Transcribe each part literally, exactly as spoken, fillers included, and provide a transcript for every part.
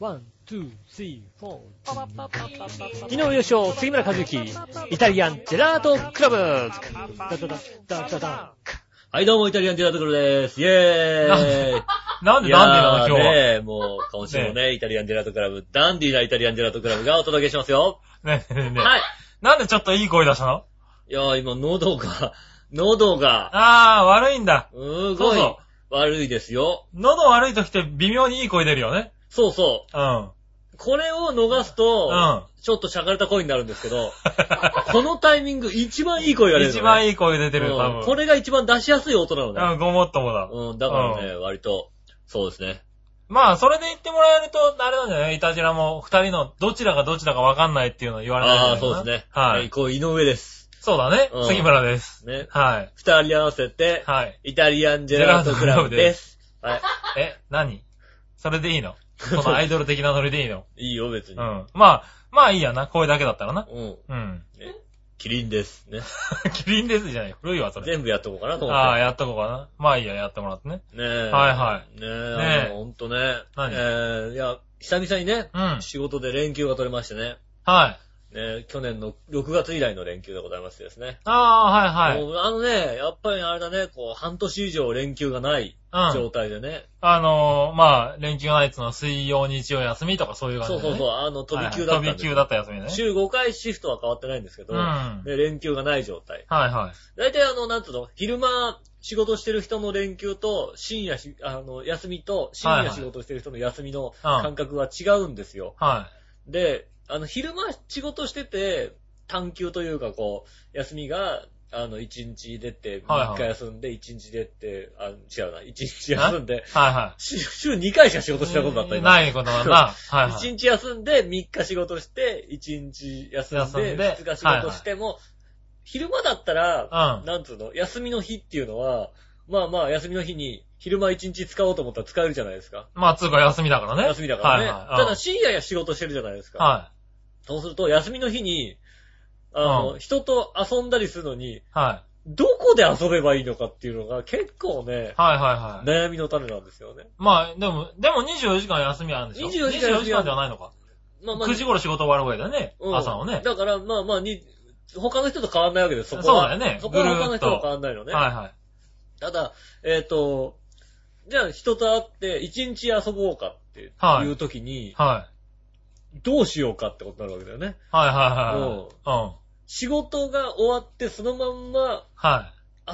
ワン、ツー、スリー、フォー。井上芳雄、杉村和之、イタリアンジェラートクラブ。ダダダダダダ。 はい、どうも、イタリアンジェラートクラブでーす。イェーイ。 なんでなんでなの今日は。 ねえ、もう、今週もね、イタリアンジェラートクラブ、ダンディーなイタリアンジェラートクラブがお届けしますよ。 ねえねえねえ。 はい。 なんでちょっといい声出したの？ いやー、今、喉が、喉が、 あー、悪いんだ。 すごいそうそ悪いですよ。 喉悪い時って微妙にいい声出るよね。 そうそうん。 う。これを逃すと、 うん。 ちょっとしゃかれた声になるんですけど、このタイミング一番いい声が出るのね。 一番いい声出てるよ、多分。 うんこれが一番出しやすい音なのね。 うん、ごもっともだ。 うん、だからね、割と、そうですね。 まあ、それで言ってもらえると、あれなんじゃない？イタジラも二人のどちらがどちらか分かんないっていうのを言われないああ、そうですね。 はい。 こう、井上です。 そうだね。 うん杉村です。 ね。 はい。 二人合わせて、 はい。 イタリアンジェラートクラブです。はい。 え、何？それでいいの？このアイドル的なノリでいいの？ いいよ、別に。 うん。まあ、まあいいやな。声だけだったらな。 うん。 うん。 ねキリンです。ね。 キリンですじゃない。古いわ、それ。 全部やっとこうかなと思って。 ああ、やっとこうかな。まあいいや、やってもらってね。 ねえ。 はいはい。 ねえ。 ねえほんとね。 何えー、いや、久々にね、 うん。 仕事で連休が取れましてね。 はい。 ね、去年のろくがつ以来の連休でございましてですね。 ああ、はいはい。 もうあのね、やっぱりあれだね、こう、半年以上連休がないうん。 状態でね。 あのー、まあ、連休がないっつうのは水曜、日曜休みとかそういう感じで、ね。 そうそうそう、あの、飛び級だったんです、 はいはい、飛び級だった休みね。 週ごかいシフトは変わってないんですけど、 うん。 で連休がない状態。 はいはい。 だいたいあの、なんつうの、昼間仕事してる人の連休と、深夜し、あの、休みと、深夜仕事してる人の休みの感覚が違うんですよ。 はい。 で、あの、昼間仕事してて、短休というかこう、休みが、あの、一日出て、みっか休んで、一日出て、あ、違うな、一日休んで、 はいはい。 週にかいしか仕事したことだった今。 ないことだな。はいはい。 一日休んで、みっか仕事して、一日休んで、ふつか仕事しても、昼間だったら、 うん、 なんつうの、休みの日っていうのは、まあまあ、休みの日に、昼間一日使おうと思ったら使えるじゃないですか。 まあ、つうか休みだからね。 休みだからね。 はいはい、 ただ深夜や仕事してるじゃないですか。 はい。 そうすると、休みの日に、あの、うん、人と遊んだりするのに、 はい。 どこで遊べばいいのかっていうのが結構ね、 はいはいはい。 悩みの種なんですよね。 まあ、でも、でもにじゅうよじかん休みあるんでしょ？ にじゅうよじかん休み。にじゅうよじかんではないのか。まあまあ、くじ頃仕事終わるわけだよね。うん、朝のね。 だから、まあまあに、他の人と変わんないわけです、そこは。 そうだよね。 そこは他の人と変わんないのね。 はいはい。 ただ、えっと、じゃあ人と会って一日遊ぼうかっていう時に、はい。はい、どうしようかってことになるわけだよね。 はいはいはい。うん。 仕事が終わってそのまんま、はい。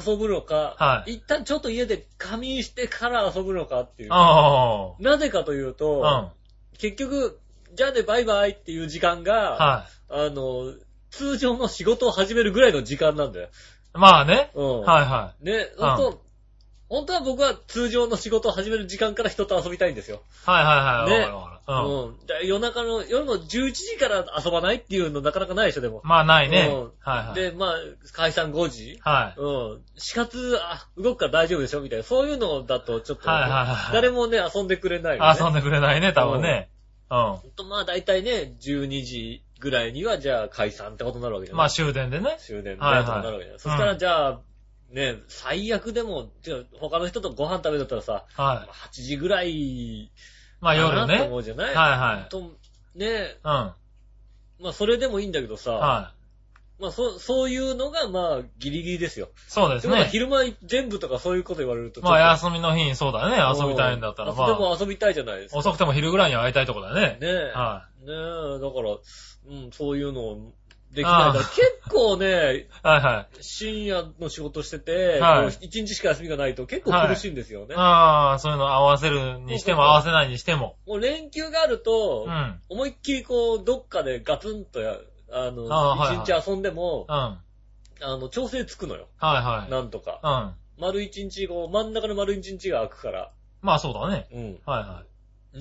遊ぶのか、はい。一旦ちょっと家で仮眠してから遊ぶのかっていう。ああ。なぜかというと、うん。結局、じゃあね、バイバイっていう時間が、はい。あの、通常の仕事を始めるぐらいの時間なんだよ。 まあね。 うん。 はいはい。 ね、ほんと、うん、本当は僕は通常の仕事を始める時間から人と遊びたいんですよ。 はいはいはい。 ね。うん。うん、夜中の、夜のじゅういちじから遊ばないっていうのなかなかないでしょ、でも。 まあないね。 うん。はいはい。で、まあ、解散ごじ。 はい。 うん。死活、あ、動くから大丈夫でしょみたいな。そういうのだとちょっと、はいはいはい。誰もね、遊んでくれないよね。 遊んでくれないね、多分ね。うん。うん、 と、まあ大体ね、じゅうにじぐらいには、じゃあ解散ってことになるわけじゃない。 まあ終電でね。 終電で、はいはい、となるわけじゃない。そしたらじゃあ、ね、最悪でも、他の人とご飯食べだったらさ、はい、はちじぐらい、 まあ夜ね。 と思うじゃない？ はいはい。 と、ね、 うん。まあそれでもいいんだけどさ、はい。まあそ、そういうのがまあギリギリですよ。 そうですね。 でも昼間全部とかそういうこと言われると。 まあ休みの日にそうだね、遊びたいんだったらまあ。 でも遊びたいじゃないですか。 遅くても昼ぐらいに会いたいとこだね。 ねえ。 はい。 ねえ、だから、うん、そういうのを、できないから、結構ね、はいはい。深夜の仕事してて、はい。一日しか休みがないと結構苦しいんですよね。 はい、ああ、そういうの合わせるにしても合わせないにしても。 もう連休があると、うん。思いっきりこう、どっかでガツンとや、あの、一日遊んでも、うん。あの、調整つくのよ。はいはい。なんとか。うん。丸一日、こう、真ん中の丸一日が空くから。 まあそうだね。 うん。 はいはい。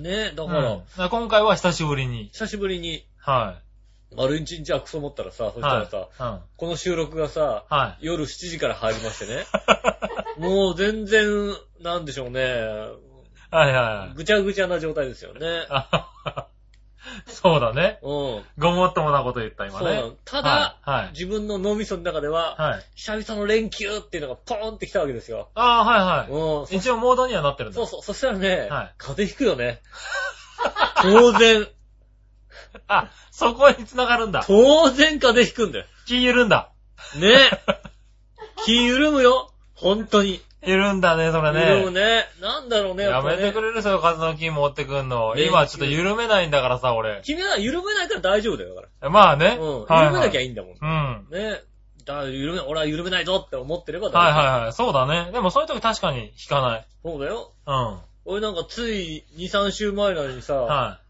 ね、だから、 うん、今回は久しぶりに。 久しぶりに。 はい。 丸一日はクソ思ったらさ、そしたらさ、はいうん、この収録がさ、はい、夜しちじから入りましてね。もう全然、なんでしょうね。 はいはい。 ぐちゃぐちゃな状態ですよね。 そうだね。 うん。 ごもっともなこと言った今ね。 そうただ、はいはい、自分の脳みその中では、はい、久々の連休っていうのがポーンってきたわけですよ。 ああ、はいはい。うん。一応モードにはなってるんだ。 そうそう。そしたらね、はい、風邪ひくよね。 当然。 あ、そこに繋がるんだ。 当然風邪ひくんだよ。 気緩んだ。 ね。気緩むよ。本当に。 緩んだね、それね。 緩むね。なんだろうね。 やめてくれる、そういう風の菌持ってくんの。今ちょっと緩めないんだからさ、俺。 君は緩めないから大丈夫だよ、だから。 まあね。 うん。緩めなきゃいいんだもん。 うん。 ね。だ緩め、俺は緩めないぞって思ってれば大丈夫。 はいはいはい。そうだね。でもそういう時確かに引かない。 そうだよ。 うん。 俺なんかついに、さん週前なのにさ、はい。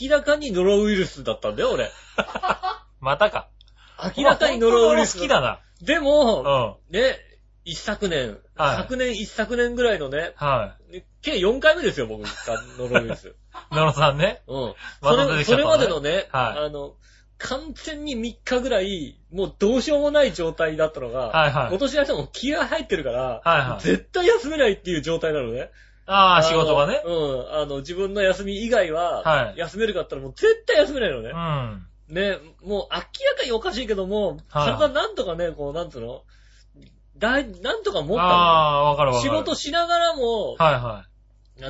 明らかにノロウイルスだったんだよ、俺。 またか。 明らかにノロウイルス。 好きだな。 でも、うん。ね、一昨年、はい、昨年、一昨年ぐらいのね、はい。計よんかいめですよ、僕、ノロウイルス。 ノロさんね。 うん。それ、ね、それまでのね、はい。あの、完全にみっかぐらい、もうどうしようもない状態だったのが、はいはい。今年はもう気が入ってるから、はいはい。絶対休めないっていう状態なのね。 ああ、仕事がね。 うん。あの、自分の休み以外は、はい。休めるかったらもう絶対休めないのね。うん。ね、もう明らかにおかしいけども、はい。体なんとかね、こう、なんつうのだい、なんとか持ったの。 ああ、わかるわかる。 仕事しながらも、はいはい。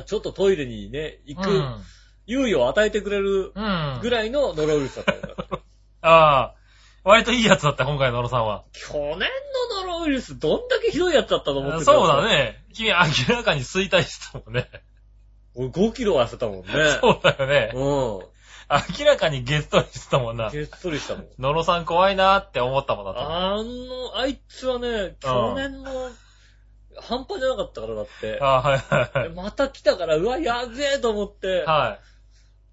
ちょっとトイレにね、行く、うん、猶予を与えてくれるぐらいのノロウイルスだったんだ。 ああ、割といいやつだった、今回のノロさんは。 去年のノロウイルス、どんだけひどいやつだったと思ってた。 そうだね。君明らかに衰退してたもんね。 俺ごキロ痩せたもんね。 そうだよね。 うん。 明らかにゲットリしてたもんな。 ゲットリしたもん。 ノロさん怖いなーって思ったもんだった。 あの、あいつはね、去年の、半端じゃなかったからだって。 あはいはいはい。 また来たから、うわ、やべえと思って。はい。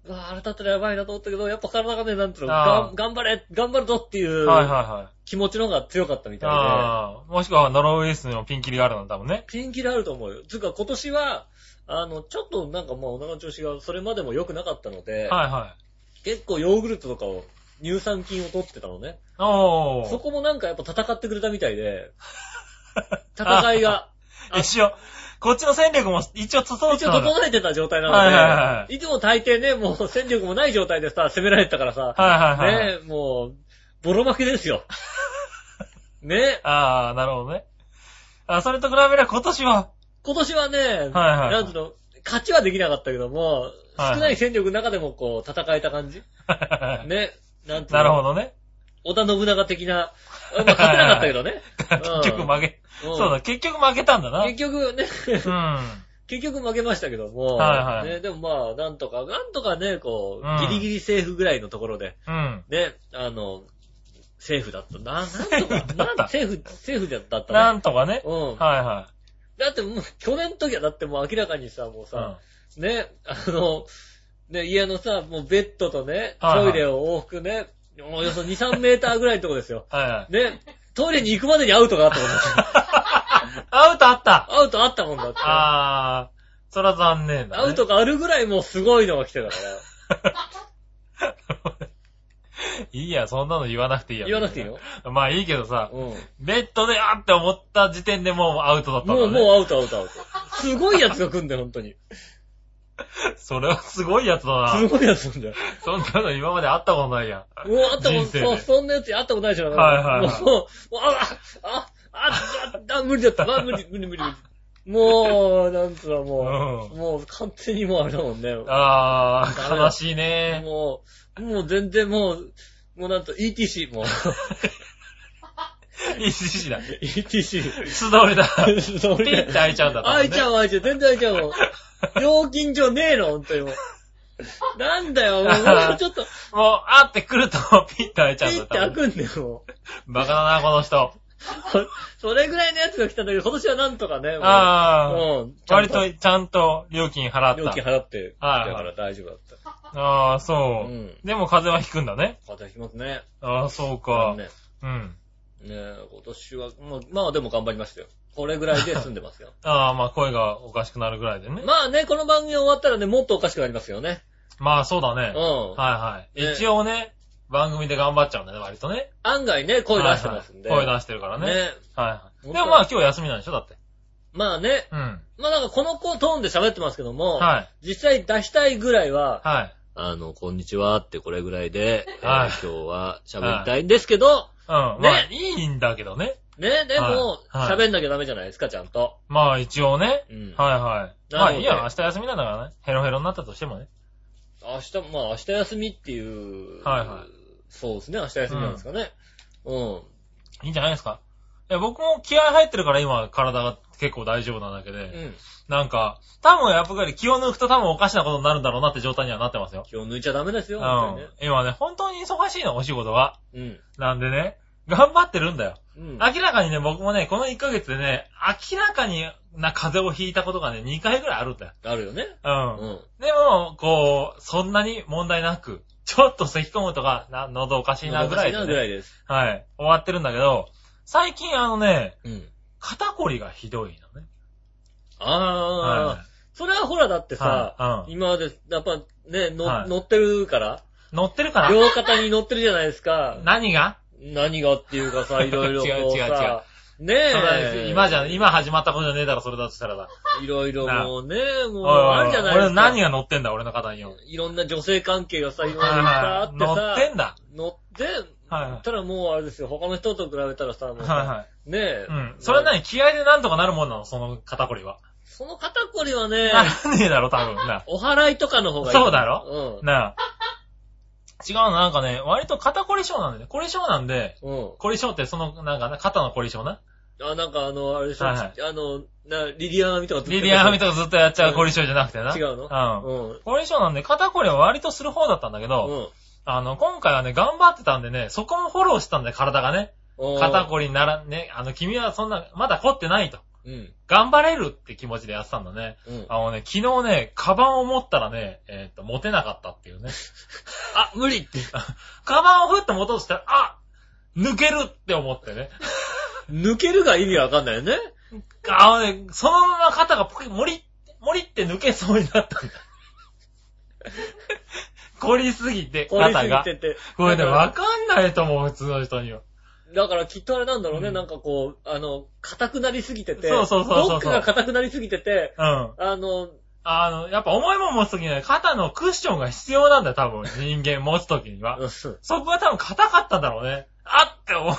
うわ、あれだったらやばいなと思ったけど、やっぱ体がね、なんていうの、が頑張れ、頑張るぞっていう、はいはいはい。気持ちの方が強かったみたいで。ああ。もしくはノロウイルスのピンキリがあるのだもんね。 ピンキリあると思うよ。つうか今年は、あの、ちょっとなんかもうお腹の調子がそれまでも良くなかったので、はいはい。結構ヨーグルトとかを、乳酸菌を取ってたのね。おー。そこもなんかやっぱ戦ってくれたみたいで、戦いが。 一応、こっちの戦力も一応整ってた。 一応整えてた状態なので、はいはいはい、いつも大抵ね、もう戦力もない状態でさ、攻められてたからさ、はいはいはい、ね、もう、ボロ負けですよ。ね。 ああ、なるほどね。あ、それと比べれば今年は今年はね、はいはい、なんつうの、勝ちはできなかったけども、少ない戦力の中でもこう、戦えた感じ。ね。なんつうの。 なるほどね。 織田信長的な、まあ、勝てなかったけどね。 結局負け、うん、そうだ、結局負けたんだな。 結局ね、うん、結局負けましたけども、はいはいね、でもまあ、なんとか、なんとかね、こう、うん、ギリギリセーフぐらいのところで、うん、ね、あの、セーフだった。な、なんとか、なんセーフ、セーフだったね。 なんとかね。うん。はいはい。 だってもう、去年の時はだってもう明らかにさ、もうさ、うん、ね、あの、ね、家のさ、もうベッドとね、トイレを往復ね、およそに、さんメーターぐらいのとこですよ。はいはい。ね、トイレに行くまでにアウトがあったもんだって。 アウトあったアウトあったもんだって。 あー、そら残念だね。 アウトがあるぐらいもうすごいのが来てたから。 いいや、そんなの言わなくていいや。 言わなくていいよ。 まあいいけどさ、うん、ベッドであって思った時点でもうアウトだったんだね。 もう、もうアウトアウトアウト。すごいやつが来んだよ、ほんとに。 それはすごいやつだな。 すごいやつなんだよ。 そんなの今まで会ったことないやん。もう会ったこと、そう、そんなやつ会ったことないでしょ。 はいはい、はい。 もう、もう、あ、あ、あ、あ、無理だった。あ、無理、無理、無理、無理。もう、なんつうの、もう、うん、もう完全にもうあれだもんね。 あー、悲しいね。 もう、もう全然もう、もうなんと イーティーシー、もう。 イーティーシー だ。 イーティーシー。 素通りだ。素通りだ。ピッて開いちゃうんだった、 ね。開いちゃう開いちゃう。全然開いちゃうもん。料金所ねえの、ほんとにもう。なんだよ、もう、もうちょっと。 もう、あって来るとピッて開いちゃうんだった。 ピッて開くんだよ、もう。バカだな、この人。 それぐらいのやつが来たんだけど、今年はなんとかね。 ああ。うん。割とちゃんと料金払った。 料金払って、だから大丈夫だった。 ああ、そう。うん、でも風邪はひくんだね。 風邪ひきますね。 ああ、そうか。ね、うん。 ねえ、今年は、まあ、まあでも頑張りましたよ。これぐらいで済んでますよ。 ああ、まあ声がおかしくなるぐらいでね。 まあね、この番組終わったらね、もっとおかしくなりますよね。 まあそうだね。うん。はいはい。ね、一応ね、番組で頑張っちゃうんだね、割とね。 案外ね、声出してますんで。 はいはい、声出してるからね。ね。はいはい。でもまあ今日休みなんでしょ、だって。 まあね。うん。まあなんかこのトーンで喋ってますけども、はい。実際出したいぐらいは、はい。あの、こんにちはってこれぐらいで、はい、えー、今日は喋りたいんですけど、はいうん。ね、まあ、いいんだけどね。 ね、でも、喋、はい、んなきゃダメじゃないですか、ちゃんと。 まあ、一応ね。うん。はいはい。まあいいや、明日休みなんだからね。ヘロヘロになったとしてもね。 明日、まあ明日休みっていう。 はいはい。 そうですね、明日休みなんですかね。うん。うん、 いいんじゃないですか。いや、僕も気合入ってるから今体が結構大丈夫なだけで。うん。なんか、多分やっぱり気を抜くと多分おかしなことになるんだろうなって状態にはなってますよ。 気を抜いちゃダメですよ。 うん。ね、今ね、本当に忙しいの、お仕事が。うん。なんでね、頑張ってるんだよ。うん。明らかにね、僕もね、このいっかげつでね、明らかにな風邪をひいたことがね、にかいぐらいあるんだよ。 あるよね。 うん。うん。でも、こう、そんなに問題なく、ちょっと咳込むとか、な、喉おかしいなぐらいで、ね。 喉おかしいなぐらいです。 はい。終わってるんだけど、最近あのね、うん、肩こりがひどいのね。 ああ、はい、それはほらだってさ、はい、うん、今までやっぱね、の、はい、乗ってるから。 乗ってるから。 両肩に乗ってるじゃないですか。 何が何がっていうかさ、いろいろこうさ。違う違う違う。ねえ。 今じゃ、今始まったことじゃねえだろ、それだとしたらだ。 いろいろもうね、もう、あるじゃないですか。 俺何が乗ってんだ、俺の肩によ。 いろんな女性関係がさ、今までさ、あってさ。 乗ってんだ。 乗って、はいはい。たらもうあれですよ、他の人と比べたらさ、もうはいはい。 ねえ。 うん。それは何気合でなんとかなるもんなのその肩こりは。 その肩こりはね。 ならねえだろ、多分な。 お祓いとかの方がいい。 そうだろうん。なあ。違うの、なんかね、割と肩こり症なんでね。こり症なんで、うん。こり症ってその、なんかね、肩のこり症な。 あ、なんかあの、あれでしょ、はいはい、あの、な、リリアンハミとかずっとやっちゃう。リリアンハミとかずっとやっちゃうこり症じゃなくてな。 違うのうん。うん。こり症なんで、肩こりは割とする方だったんだけど、うん。あの、今回はね、頑張ってたんでね、そこもフォローしてたんだよ、体がね。肩こりになら、ね、あの、君はそんな、まだ凝ってないと。うん。頑張れるって気持ちでやってたんだね。うん。あのね、昨日ね、カバンを持ったらね、えっと、持てなかったっていうね。 あ、無理って。 カバンをふって持とうとしたら、あ抜けるって思ってね。 抜けるが意味わかんないよね。 あのね、そのまま肩がポキ、もり、もりって抜けそうになったんだ。凝りすぎて、肩が。凝りすぎてて。これね、わかんないと思う、普通の人には。 だからきっとあれなんだろうね、うん、なんかこう、あの、硬くなりすぎてて。 そうそうそうそう。 どっかが硬くなりすぎてて、うん。あの、 あの、やっぱ重いもん持つときには肩のクッションが必要なんだよ、多分。人間持つときには。そこが多分硬かったんだろうね。あって思って、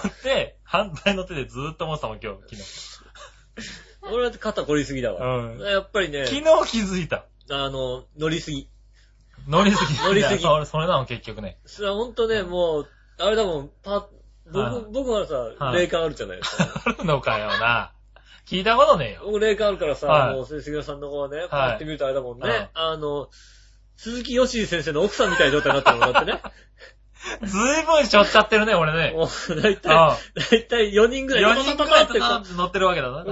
反対の手でずーっと持ってたもん、今日、昨日。 俺は肩凝りすぎだわ。うん。やっぱりね。 昨日気づいた。 あの、乗りすぎ。 乗りすぎ。 乗りすぎ。 それ、それなの、結局ね。 それはほんとね、もう、あれだもん、パ僕、僕はさ、霊感あるじゃないですか。 あるのかよな。聞いたことねえよ。 僕霊感あるからさ、もう、杉浦さんの方はね、パーって見るとあれだもんね。あの、鈴木よし先生の奥さんみたいな状態になってるもんだってね。 ずいぶんしょっちゃってるね、俺ね。 もう、だいたい、だいたいよにんぐらい。 よにんぐらいって乗ってるわけだな。うん。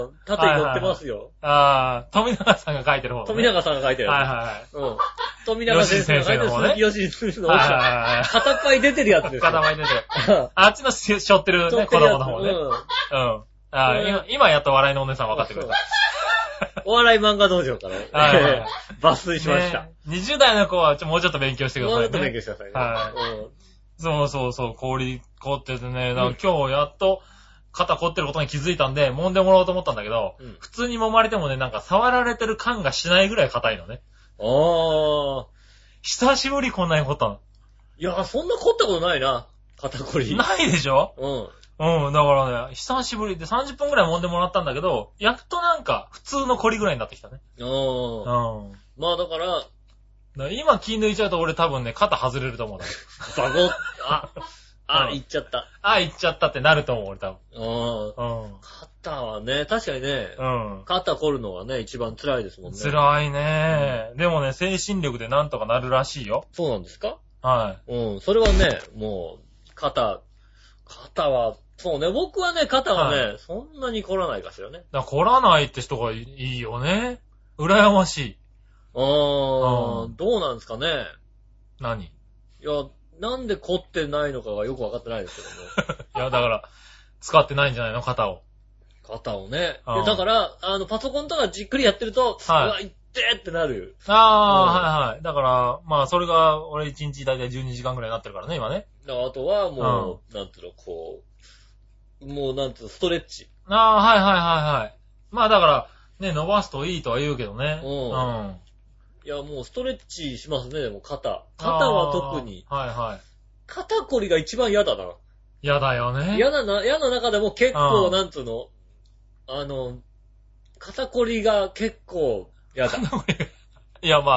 縦に乗ってますよ。 ああ、富永さんが書いてる方。 富永さんが書いてる。 はいはいはい。うん。 富永先生が書いてる鈴木よし先生の奥さん。はいはいはい。片っぱい出てるやつですよ。 片っぱい出てる。あっちのしょってるね、子供の方ね。うん。うん。ああ、今、今やっと笑いのお姉さん分かってくれた。 お笑い漫画道場から、はいはい、抜粋しました。ね、 にじゅう代の子はちょもうちょっと勉強してくださいね。 もうちょっと勉強してくださいね。はい。うん、 そうそうそう、氷凍っててね、なんか今日やっと肩凝ってることに気づいたんで、揉んでもらおうと思ったんだけど、うん、普通に揉まれてもね、なんか触られてる感がしないぐらい硬いのね。 あー。 久しぶりこんなに凝ったの。 いや、そんな凝ったことないな。肩こり。 ないでしょ？うん。うん、だからね、久しぶりでさんじゅっぷんくらい揉んでもらったんだけど、やっとなんか、普通の凝りぐらいになってきたね。 うん。うん。まあだから、 から今気抜いちゃうと俺多分ね、肩外れると思うな。 バゴッ、あ、あ、行っちゃった。 あ、行っちゃったってなると思う、俺多分。 うん。肩はね、確かにね、うん。肩凝るのがね、一番辛いですもんね。 辛いね、うん。でもね、精神力でなんとかなるらしいよ。 そうなんですか？ はい。 うん。それはね、もう、肩、肩は、そうね、僕はね、肩はね、はい、そんなに凝らないかしらね。 だから凝らないって人がいいよね。羨ましい。 あー、うん、どうなんですかね。 何？ いや、なんで凝ってないのかがよくわかってないですけども。 いや、だから、使ってないんじゃないの肩を。 肩をね。うん、だから、あの、パソコンとかじっくりやってると、はい、うわ、いってーってなる。 あー、うん、はいはい。だから、まあ、それが、俺いちにちだいたいじゅうにじかんくらいになってるからね、今ね。 あとは、もう、うん、なんていうの、こう、もう、なんていうの、ストレッチ。 あー、はいはいはいはい。まあ、だから、ね、伸ばすといいとは言うけどね。うん。うん。 いや、もうストレッチしますね、でも肩。肩は特に。 はいはい。 肩こりが一番嫌だな。 嫌だよね。 嫌だな、嫌な中でも結構、なんつうの、あの、肩こりが結構嫌だ。 いや、まあ、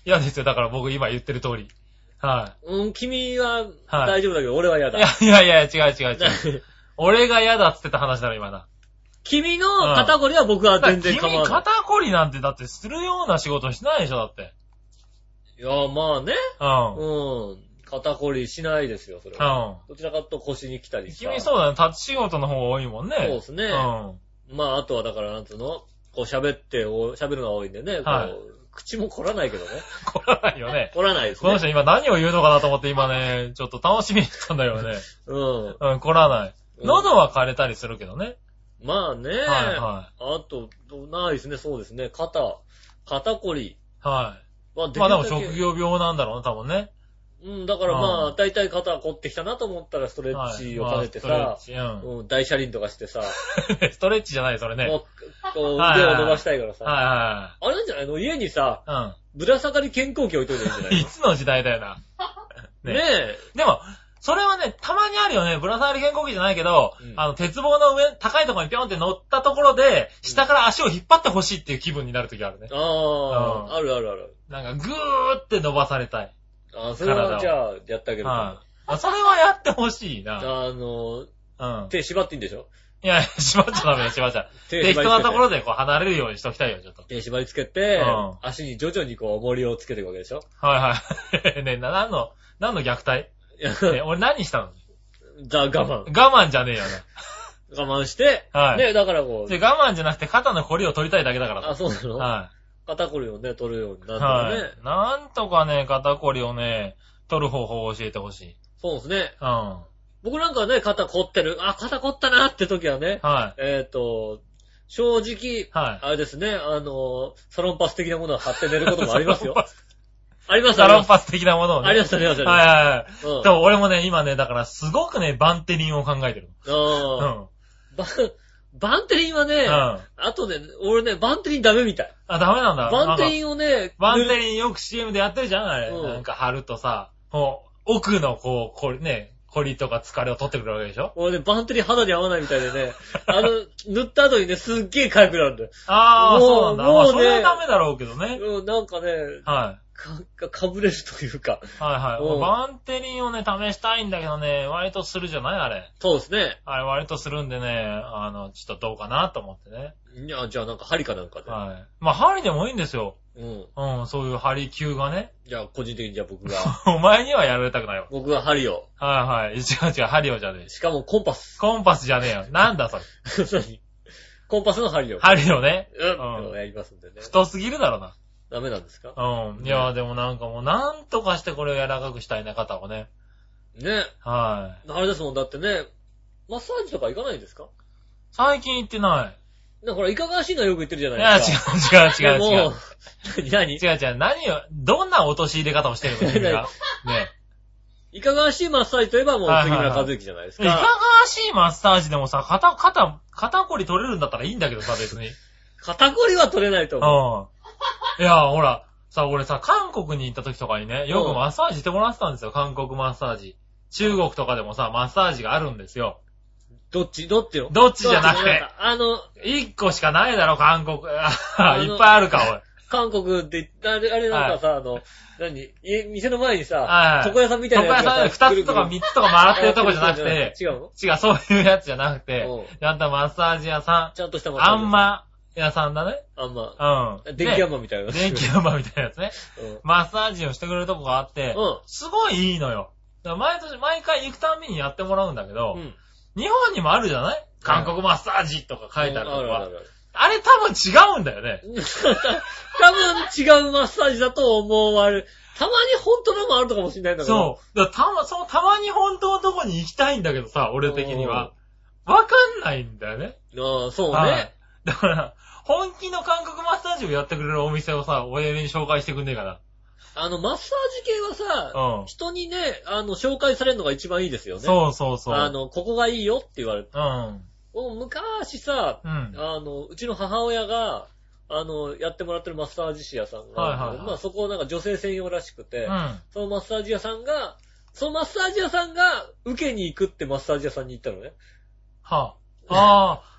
嫌ですよ。だから僕今言ってる通り。はい。 うん、君は大丈夫だけど、はい、俺は嫌だ。 いやいやいや、違う違う違う。俺が嫌だっつってた話だろ、今な。 君の肩こりは僕は全然構わない。 君肩こりなんてだってするような仕事しないでしょ、だって。 いや、まあね。 うん。 うん。肩こりしないですよ、それは。うん。どちらかと腰に来たりさ。 君そうだね。立ち仕事の方が多いもんね。 そうですね。うん。まあ、あとはだから、なんつうのこう喋って、喋るのが多いんでね。はい。こう口も凝らないけどね。 凝らないよね。 凝らないですね。 この人今何を言うのかなと思って今ね、ちょっと楽しみにしたんだよね。うん。うん、凝らない。喉は枯れたりするけどね。 まあね。はいはい。あと、ないですね、そうですね。肩、肩こり。 はい。まあでも職業病なんだろうな、多分ね。 うん、だからまあ、だいたい肩凝ってきたなと思ったらストレッチを兼ねてさ、はいまあ、ストレッチ、うん、大車輪とかしてさ、 ストレッチじゃない、それね。こう、腕を伸ばしたいからさ、 はいはいはい、あれなんじゃないの家にさ、うん、ぶら下がり健康器置いといてるんじゃないのいつの時代だよな。 ね, ねえ。 でも、それはね、たまにあるよね。ぶら下がり健康器じゃないけど、うん、あの、鉄棒の上、高いところにピョンって乗ったところで、下から足を引っ張ってほしいっていう気分になるときあるね。 ああ、うん、あるあるある。 なんか、ぐーって伸ばされたい。 あ、それはじゃあ、やってあげるか、 はい、あ。それはやってほしいな。 あの、うん、手縛っていいんでしょいや、縛っちゃダメだ、縛っちゃ。適当なところでこう離れるようにしときたいよ、ちょっと。 手縛りつけて、うん、足に徐々にこう、重りをつけていくわけでしょはいはい。ねえ、な、何の、何の虐待ね、俺何したのじゃあ我慢。 我慢じゃねえよな。我慢して、はい。ね、だからこう。 で、我慢じゃなくて肩のこりを取りたいだけだから。 あ、そうなのはい。 肩こりをね、取るようになったらね、はい。 なんとかね、肩こりをね、取る方法を教えてほしい。 そうですね。 うん。 僕なんかね、肩凝ってる。あ、肩凝ったなって時はね。 はい。 えっ、ー、と、正直、はい。あれですね、あの、サロンパス的なものを貼って寝ることもありますよ。ありますサロンパス的なものをね。 ありますありますあります。はいはいはい。うん。でも俺もね、今ね、だからすごくね、バンテリンを考えてる。 ああ。うん。バン、バンテリンはね、うん。あとね、俺ね、バンテリンダメみたい。 あ、ダメなんだ。 バンテリンをね、 バンテリンよく シーエム でやってるじゃんあれ。うん。なんか貼るとさ、もう、奥のこう、これね、コリとか疲れを取ってくるわけでしょ俺ね、バンテリン肌に合わないみたいでね、あの、塗った後にね、すっげえ痒くなるんだよ。 ああ、そうなんだ。もうね、まあ、それはダメだろうけどね。 うん、なんかね、 はい。 か、かぶれるというか。 はいはい。バンテリンをね、試したいんだけどね、割とするじゃないあれ。 そうですね。 あれ割とするんでね、あの、ちょっとどうかなと思ってね。 いや、じゃあなんか針かなんかで。 はい。まあ針でもいいんですよ。 うん。 うん、そういう針球がね。 じゃあ個人的にじゃあ僕が。 お前にはやられたくないよ。 僕は針を。 はいはい。違う違う、針をじゃねえ。 しかもコンパス。 コンパスじゃねえよ。なんだそれ。 何コンパスの針を。 針をね。 うん。うん、やりますんでね。 太すぎるだろうな。 ダメなんですかうん。いや、でもなんかもうなんとかしてこれを柔らかくしたいな、肩をね。 ね。 はい。 あれですもん、だってね、マッサージとか行かないんですか最近行ってない。 だから、いかがわしいのはよく言ってるじゃないですか。いや、違う違う違う違う。もう、 何違う違う。何を、どんな落とし入れ方をしてるの君が。ね。 いかがわしいマッサージといえばもう杉村和之じゃないですか。 いかがわしいマッサージでもさ、肩、肩、肩こり取れるんだったらいいんだけどさ、別に。 肩こりは取れないと思う。うん。いや、ほら、さ、俺さ、韓国に行った時とかにね、よくマッサージしてもらってたんですよ、韓国マッサージ。中国とかでもさ、マッサージがあるんですよ。 どっちどっちのどっちじゃなくて。 あの、 一個しかないだろ、韓国。いっぱいあるか、おい。 韓国で、あれ、あれなんかさ、はい、あの、何店の前にさ、はい、床屋さんみたいなやつがさ。 床屋さんで二つとか三つとか回ってるとこじゃなくて。 違うの違う、そういうやつじゃなくて。ちゃんとマッサージ屋さん。 ちゃんとしたマッサージ。 あんま屋さんだね。 あんま。うん。電気あんまみたいな。 電気あんまみたいなやつね。うん、マッサージをしてくれるとこがあって、うん、すごいいいのよ。だから毎年、毎回行くたんびにやってもらうんだけど、うん、日本にもあるじゃない韓国マッサージとか書いてあるとか。あれ多分違うんだよね。 多分違うマッサージだと思われる。たまに本当のもあるとかもしれないんだけど。そう。だからたま、そのたまに本当のとこに行きたいんだけどさ、俺的には。わかんないんだよね。 ああ、そうね、はい。 だから、本気の韓国マッサージをやってくれるお店をさ、親に紹介してくんねえかな。 あの、マッサージ系はさ、うん、人にね、あの、紹介されるのが一番いいですよね。 そうそうそう。 あの、ここがいいよって言われて。 うん。 昔さ、うん、あの、うちの母親が、あの、やってもらってるマッサージ師屋さんが、はいはいはい、まあそこなんか女性専用らしくて、うん、そのマッサージ屋さんが、そのマッサージ屋さんが受けに行くってマッサージ屋さんに行ったのね。 はあ。ああ。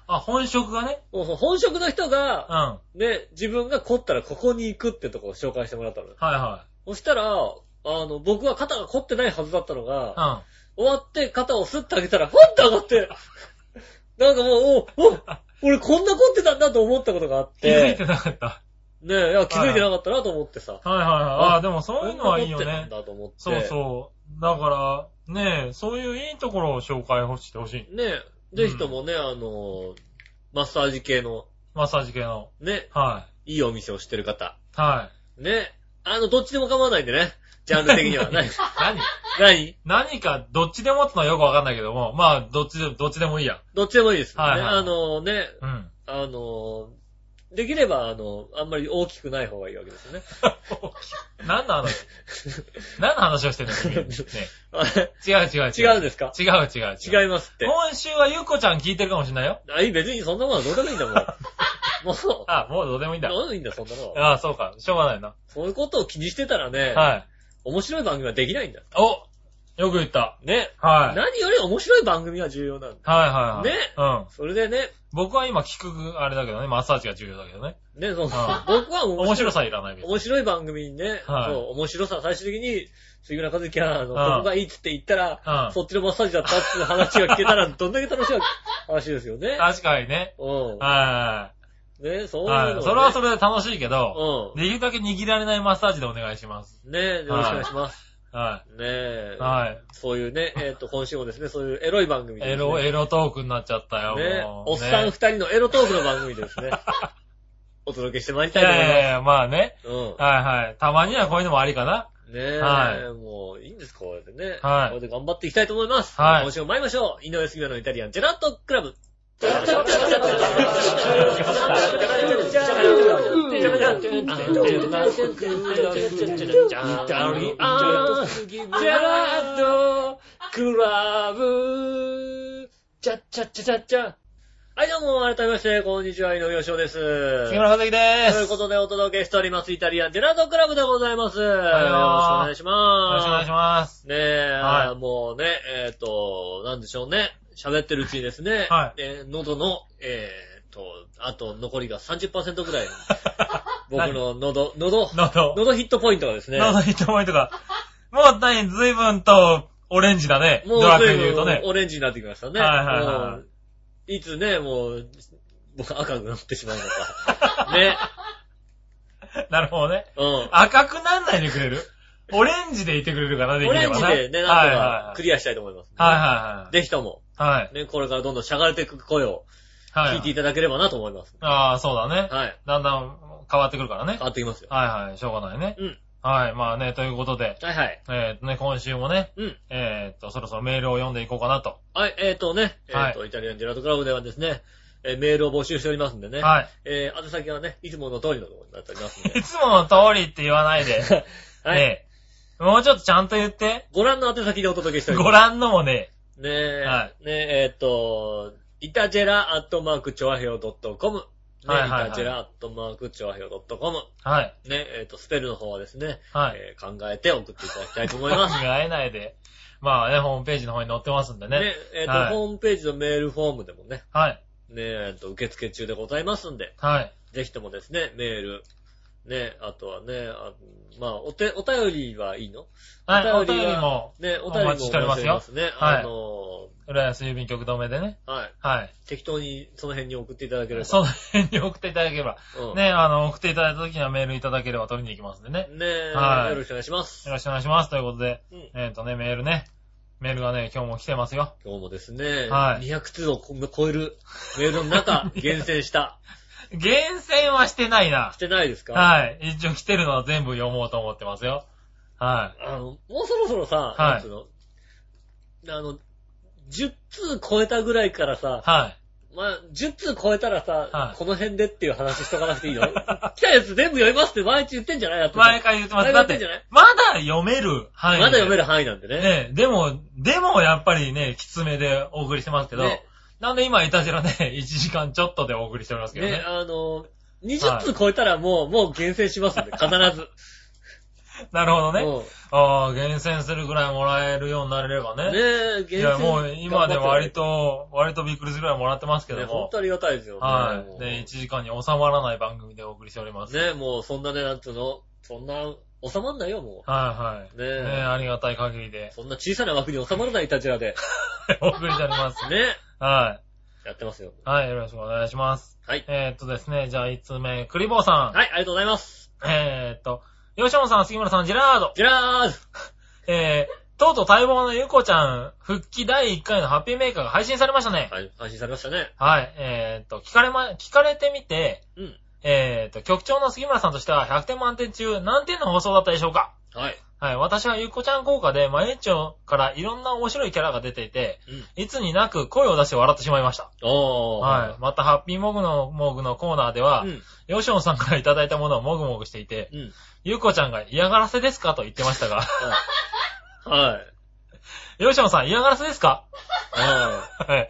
あ、本職がね。 そうそう、本職の人が、うん。ね、自分が凝ったらここに行くってとこを紹介してもらったのよ。 はいはい。 そしたら、あの、僕は肩が凝ってないはずだったのが、うん。終わって肩をスッと上げたら、ふんって上がって、なんかもう、お、お、俺こんな凝ってたんだと思ったことがあって。 気づいてなかった。 ねえ、いや、気づいてなかったなと思ってさ。 はいはいはい。ああ、でもそういうのはいいよね。 凝ってたんだと思って。 そうそう。だから、ねえ、そういういいところを紹介してほしい。 ねえ、ぜひともね、うん、あの、マッサージ系の。 マッサージ系の。 ね。 はい。 いいお店を知ってる方。 はい。 ね。あの、どっちでも構わないんでね。ジャンル的には。何何何何か、どっちでもってのはよくわかんないけども、まあ、どっちで、どっちでもいいや。 どっちでもいいです、ね。 はい、はい。 あのね、 うん。 あの、できれば、あの、あんまり大きくない方がいいわけですよね。 何の話何の話をしてるのね。違う違う違う。 違うんですか？ 違う違う違う。違いますって。 今週はゆっこちゃん聞いてるかもしれないよ。 あ、いい、別にそんなものはどうでもいいんだもん。もう。 あ、もうどうでもいいんだ。 どうでもいいんだ、そんなのは。ああ、そうか。しょうがないな。 そういうことを気にしてたらね、 はい。 面白い番組はできないんだ。 およく言った。 ね。 はい。 何より面白い番組が重要なんだ。 はいはいはい。 ね。うん。それでね。 僕は今聞く、あれだけどね、マッサージが重要だけどね。 ね、そう。僕は面白さいらない。 面白い番組にね、はい、そう、面白さ、最終的に、杉村和樹は、あの、ここがいいっつって言ったら、そっちのマッサージだったっていう話が聞けたら、どんだけ楽しい話ですよね。 確かにね。 うん。 はい。 ね、そういうの、ね。はい。 それはそれで楽しいけど、うん。できるだけ握られないマッサージでお願いします。 ね、よろしくお願いします。 はい。 ねえ。 はい。 そういうね、えっと、今週もですね、そういうエロい番組ですね。 エロ、エロトークになっちゃったよ。 ね。おっさん二人のエロトークの番組ですね。お届けしてまいりたいと思います。 いやいやまあね。 うん。 はいはい。たまにはこういうのもありかな。 ねえ。 はい。 もう、いいんですか、こうやってね。 はい。 これで頑張っていきたいと思います。 はい。 今週も参りましょう。井上杉村のイタリアンジェラートクラブ。はい、どうも、改めまして、こんにちは、井上芳雄です。 杉村和樹です。 ということで、お届けしております、イタリアンジェラートクラブでございます。はい、よろしくお願いします。 よろしくお願いします。 ねえ、はい、もうね、えっと、なんでしょうね。喋ってるうちにですね、はい、えー、喉の、えーと、あと残りが さんじゅっパーセント ぐらい、僕の喉、喉、喉、喉ヒットポイントがですね。 喉ヒットポイントが、もう何、随分とオレンジだね。 もうドラクエで言うとね。オレンジになってきましたね。 はいはいはい。 いつね、もう、僕赤くなってしまうのか。ね。 なるほどね。 うん。 赤くなんないでくれる？オレンジでいてくれるかな、できればな。 オレンジでね、なんとかクリアしたいと思います、ね。 はいはいはい。 ぜひとも。 はい。 ね、これからどんどんしゃがれていく声を聞いていただければなと思います。 はいはい、ああ、そうだね。 はい。 だんだん変わってくるからね。 変わってきますよ。 はいはい、しょうがないね。 うん。 はい、まあね、ということで。 はいはい。 えっとね、今週もね。 うん。 えっと、そろそろメールを読んでいこうかなと。 はい、えっとね、えっと、イタリアンジェラートクラブではですね、えー、メールを募集しておりますんでね。 はい。 えー、宛先はね、いつもの通りのところになっておりますんで。 いつもの通りって言わないで。はい。ねえ。もうちょっとちゃんと言って。 ご覧の宛先でお届けしております。 ご覧のもね。 ねえ。 はい。 ねえ、えー、っと、イタジェラアットマークチョアヘオドットコム。ね、はいはいはい、イタジェラアットマークチョアヘオドットコム。 はい。 ね、えー、っと、スペルの方はですね。 はい。 えー、考えて送っていただきたいと思います。 考えないで。まあね、ホームページの方に載ってますんでね。 ね、えー、っと、はい、ホームページのメールフォームでもね。 はい。 ねえ、っと、受付中でございますんで。 はい。 ぜひともですね、メール。ね、あとはね、あまあ、お手、お便りはいいの？ はい、お便りも。 ね、お便りもお待ちしておりますよ。ね、 はい。 あのー、浦安郵便局止めでね。 はい。 はい。 適当にその辺に送っていただければ。 その辺に送っていただければ。うん、ね、あの、送っていただいた時にはメールいただければ取りに行きますんでね。 ねえ、 はい。 よろしくお願いします。 よろしくお願いします。ということで、 うん、 えっとね、メールね。メールがね、今日も来てますよ。 今日もですね、 はい。 にひゃくつうを超えるメールの中、厳選した。 厳選はしてないな。 してないですか？ はい。一応来てるのは全部読もうと思ってますよ。はい。 あの、もうそろそろさ、 はい、なんつうの、あの、じゅっつう超えたぐらいからさ、 はい。 まあ、じゅっつう超えたらさ、 はい、 この辺でっていう話しとかなくていいの？来たやつ全部読みますって毎日言ってんじゃない？だって毎回言ってます。 だって、 まだ読める範囲。 まだ読める範囲なんでね。 ね、でも、でもやっぱりね、きつめでお送りしてますけど、ね、なんで今いたじらね、いちじかんちょっとでお送りしておりますけどね。 ね、あの、にじゅっつう超えたらもう、はい、もう厳選しますんで、必ず。 なるほどね。うん、ああ、厳選するぐらいもらえるようになれればね。 ねえ、厳選。 いや、もう今で割と、割とびっくりするぐらいもらってますけども。ね、 ほんとありがたいですよね。 はい。で、いちじかんに収まらない番組でお送りしております。 ねえ、もうそんなね、なんつうの、そんな、収まんないよ、もう。はいはい。ねえ。ねえ、ありがたい限りで。 そんな小さな枠に収まらないいたちらで。 お送りしております。 ね。 はい。 やってますよ。 はい、よろしくお願いします。 はい。 えー、っとですね、じゃあいつつめ、クリボーさん。 はい、ありがとうございます。 えー、っと、ヨシオンさん、杉村さん、ジェラード。 ジェラード。 えー、とうとう待望のゆこちゃん、復帰だいいっかいのハッピーメーカーが配信されましたね。 はい、配信されましたね。 はい、えー、っと、聞かれま、聞かれてみて、 うん。 えー、っと、局長の杉村さんとしてはひゃくてん満点中、何点の放送だったでしょうか？ はい。 はい。私はゆっこちゃん効果で、まゆっちょからいろんな面白いキャラが出ていて、うん、いつになく声を出して笑ってしまいました。 おー。 はい。また、ハッピーモグのモグのコーナーでは、うん、ヨシオンさんからいただいたものをもぐもぐしていて、うん、ゆっこちゃんが嫌がらせですかと言ってましたが、 はい。 ヨシオンさん嫌がらせですか？はい。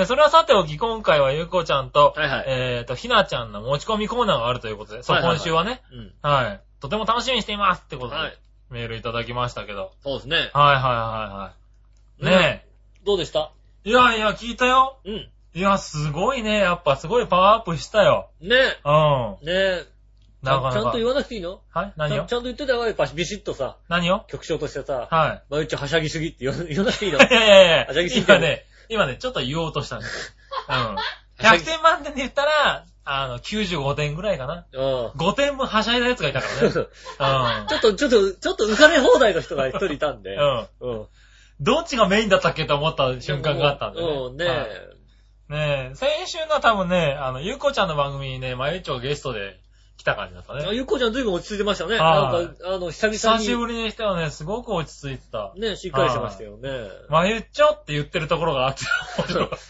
それはさておき、今回はゆっこちゃんと、はいはい、えっと、ひなちゃんの持ち込みコーナーがあるということで、そう、はいはいはい、今週はね、うん、はい。とても楽しみにしていますってことで。はい。メールいただきましたけど。 そうですね。はいはいはいはい。ねえ、 うん。どうでした？ いやいや、聞いたよ。 うん。 いや、すごいね。やっぱすごいパワーアップしたよ。 ねえ。 うん。 ねえ。なかなかちゃんと言わなくていいの？ はい何をちゃんと言ってたよ。やっぱビシッとさ。 何を局長としてさ。 はい。 まゆっちょはしゃぎすぎって言わなくていいの？ いやいやいや。 はしゃぎすぎ今ね、今ね、ちょっと言おうとしたんです。うん。ひゃくてん満点で言ったら、あの、きゅうじゅうごてんぐらいかな。うん。ごてんぶんはしゃいだやつがいたからね。うん。 ちょっと、ちょっと、ちょっと浮かれ放題の人が一人いたんで。 うん。うん。どっちがメインだったっけと思った瞬間があったんでね。 うん、ねえ、はい。 ねえ、先週の多分ね、あの、ゆうこちゃんの番組にね、まゆちょゲストで来た感じだったね。 ゆうこちゃんずいぶん落ち着いてましたね。なんか、あの、久々に。 久しぶりにしてはね、すごく落ち着いてた。 ねえ、しっかりしてましたよね。 まゆちょって言ってるところがあって、面白かった。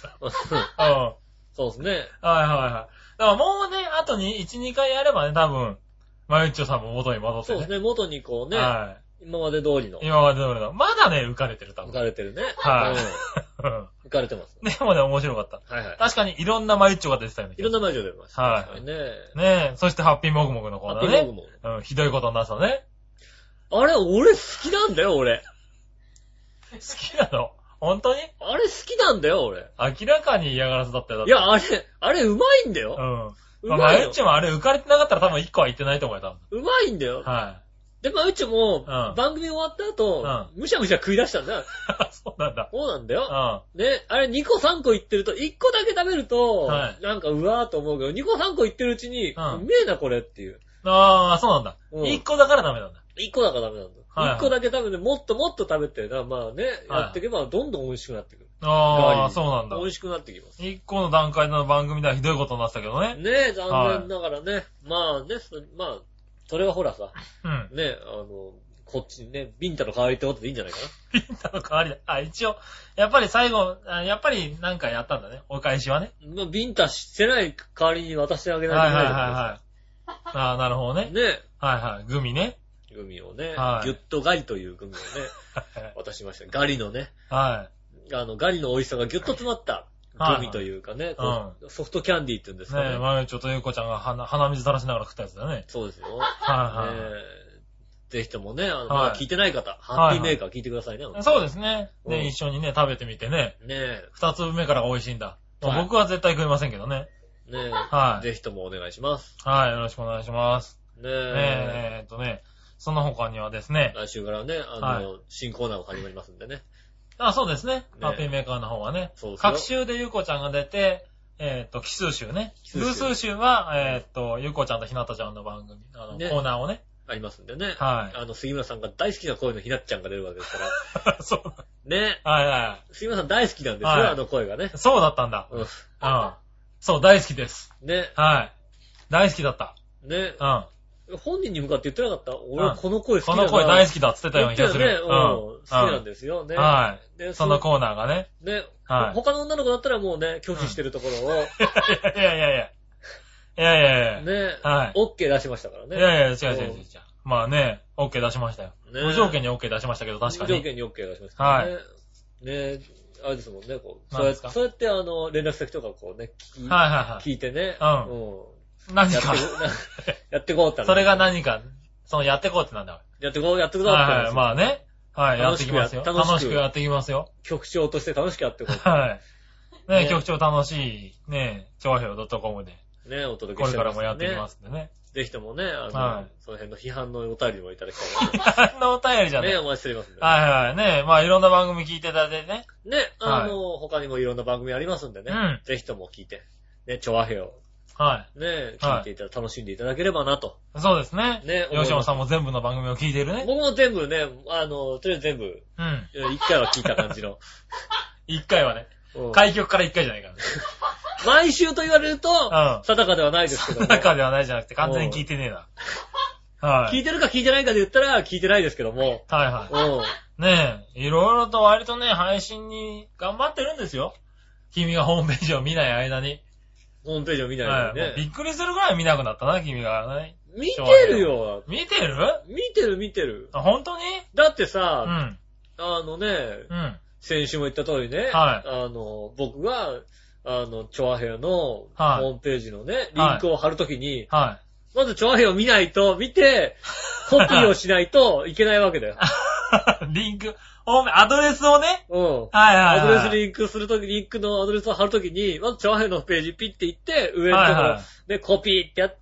うん。 そうですね。 はいはいはい。だからもうね、あとに、いち、にかいやればね、多分、まゆっちょさんも元に戻ってね。 そうですね、元にこうね。はい。今まで通りの。 今まで通りの。まだね、浮かれてる多分。 浮かれてるね。 はい。 浮かれてます、 ね。でもね、面白かった。 はいはい。 確かにいろんなまゆっちょが出てたよね。 いろんなまゆっちょ出てました。 はい。 ねねえ。そしてハッピーモグモグのコーナーね。 ハッピーモグモグ。うん、ひどいことになってたね。 あれ、俺好きなんだよ、俺。 好きなの？本当に？ あれ好きなんだよ、俺。 明らかに嫌がらせだったよ。だっていや、あれ、あれうまいんだよ。 うん。まあ、まゆっちもあれ浮かれてなかったら多分いっこは言ってないと思うよ、多分。うまいんだよ。 はい。 で、まゆっちも、うん、番組終わった後、うん、むしゃむしゃ食い出したんだよ。 そうなんだ。 そうなんだよ。うん。ね、あれにこさんこ言ってると、いっこだけ食べると、はい、なんかうわーと思うけど、にこさんこ言ってるうちに、うん、うめえなこれっていう。 ああ、そうなんだ。うん、いっこだからダメなんだ。 いっこだからダメなんだ。はいはい、いっこだけ食べて、もっともっと食べて、まあね、やっていけばどんどん美味しくなってくる。 ああ、そうなんだ。 美味しくなってきます。 いっこの段階の番組ではひどいことになってたけどね。 ねえ、残念ながらね。はい、まあね、まあ、それはほらさ、うん、ね、あの、こっちにね、ビンタの代わりってことでいいんじゃないかな。 ビンタの代わりだ。あ、一応、やっぱり最後、やっぱりなんかやったんだね。お返しはね。 まあ、ビンタしてない代わりに渡してあげないといけない。はいはいはい、はい。 ああ、なるほどね。 ね。 はいはい。グミね。 グミをね、はい、ギュッとガリというグミをね、渡しました。ガリのね。 はい。 あの、ガリの美味しさがギュッと詰まったグミというかね、はい、ソフトキャンディーって言うんですかね。 ねえ、まゆちょとゆうこちゃんが鼻、鼻水垂らしながら食ったやつだね。 そうですよ。 はいはい。ねぜひともね、あの、はい、聞いてない方、ハッピーメーカー聞いてくださいね。 はいはい、そうですね。で、うん、一緒にね、食べてみてね。 ねえ。 二粒目からが美味しいんだ。はい、僕は絶対食いませんけどね。 ねえ。はい。ぜひともお願いします。 はい、よろしくお願いします。 ねえ。 ねえ、えーっとね、その他にはですね。 来週からね、あの、はい、新コーナーが始まりますんでね。 あ、そうですね。ねハッピーメーカーの方はね。そうです。各週でゆうこちゃんが出て、えーっと、奇数週ね。偶数週は、えーっと、ゆうこちゃんとひなたちゃんの番組、あの、ね、コーナーをね。 ありますんでね。 はい。 あの、杉村さんが大好きな声のひなっちゃんが出るわけですから。そう。 ね。 はいはい。 杉村さん大好きなんですよ、はい、あの声がね。 そうだったんだ。うん。うん。そう、大好きです。 ね。 はい。大好きだった。 ね。 うん。 本人に向かって言ってなかった？俺この声好きだな。 この声大好きだって言ってたような気がする。 ね、うん。好きなんですよね。 はい。で、そのコーナーがね。 ね。はい。他の女の子だったらもうね、拒否してるところを。 いやいやいや。いやいやいや。 ね。 はい。 オッケー出しましたからね。 いやいや、違う違う違う違う。まあね、オッケー出しましたよ。ね。無条件にオッケー出しましたけど、確かに。 無条件にオッケー出しましたね。はい。ね。あれですもんね、こう。そうやって、そうやってあの、連絡先とかこうね、聞はいはいはい。 聞いてね。 うん。うん。何か。 やってこうって。 それが何か。そのやってこうってなんだ。 やってこう、やってくぞって。 はいはい、まあね。はい、やっていきますよ。楽しくやっていきますよ。 局長として楽しくやっていこう。 はい。ね、局長楽しい、ね、調和表 .com で。 ね、お届けしてます、ね。 これからもやっていきますんでね。 ぜひともね、あの、はい、その辺の批判のお便りもいただきたいな。批判のお便りじゃね。 ね、お待ちしておりますんで、 ね。はいはい。ね、まあいろんな番組聞いていただいてね。 ね、あの、はい、他にもいろんな番組ありますんでね。うん。ぜひとも聞いて、ね、調和表。はい。ね、聞いていただ、楽しんでいただければなと。 そうですね。ね、吉野さんも全部の番組を聞いてるね。 僕も全部ね、あの、とりあえず全部。うん。一回は聞いた感じの。 一回はね。うん、開局から一回じゃないからね。 毎週と言われると、うん。定かではないですけどね。 定かではないじゃなくて完全に聞いてねえな。 はい。聞いてるか聞いてないかで言ったら聞いてないですけども。 はいはい。うん。ねえ、いろいろと割とね、配信に頑張ってるんですよ。君がホームページを見ない間に。 ホームページを見ない間にね。 はい、びっくりするぐらい見なくなったな、君がね。 見てるよ。 見てる見てる見てる。 あ、本当に？ だってさ、うん。あのね、うん。先週も言った通りね、はい。あの、僕が、あの、チョアヘヨのホームページのね、リンクを貼るときに、はい。まずチョアヘヨを見ないと、見て、コピーをしないといけないわけだよ。 リンク、アドレスをね。 うん。はいはい、はい。アドレスリンクするとき、リンクのアドレスを貼るときに、まずチョアヘヨのページピッて行って、上のところでコピーってやって、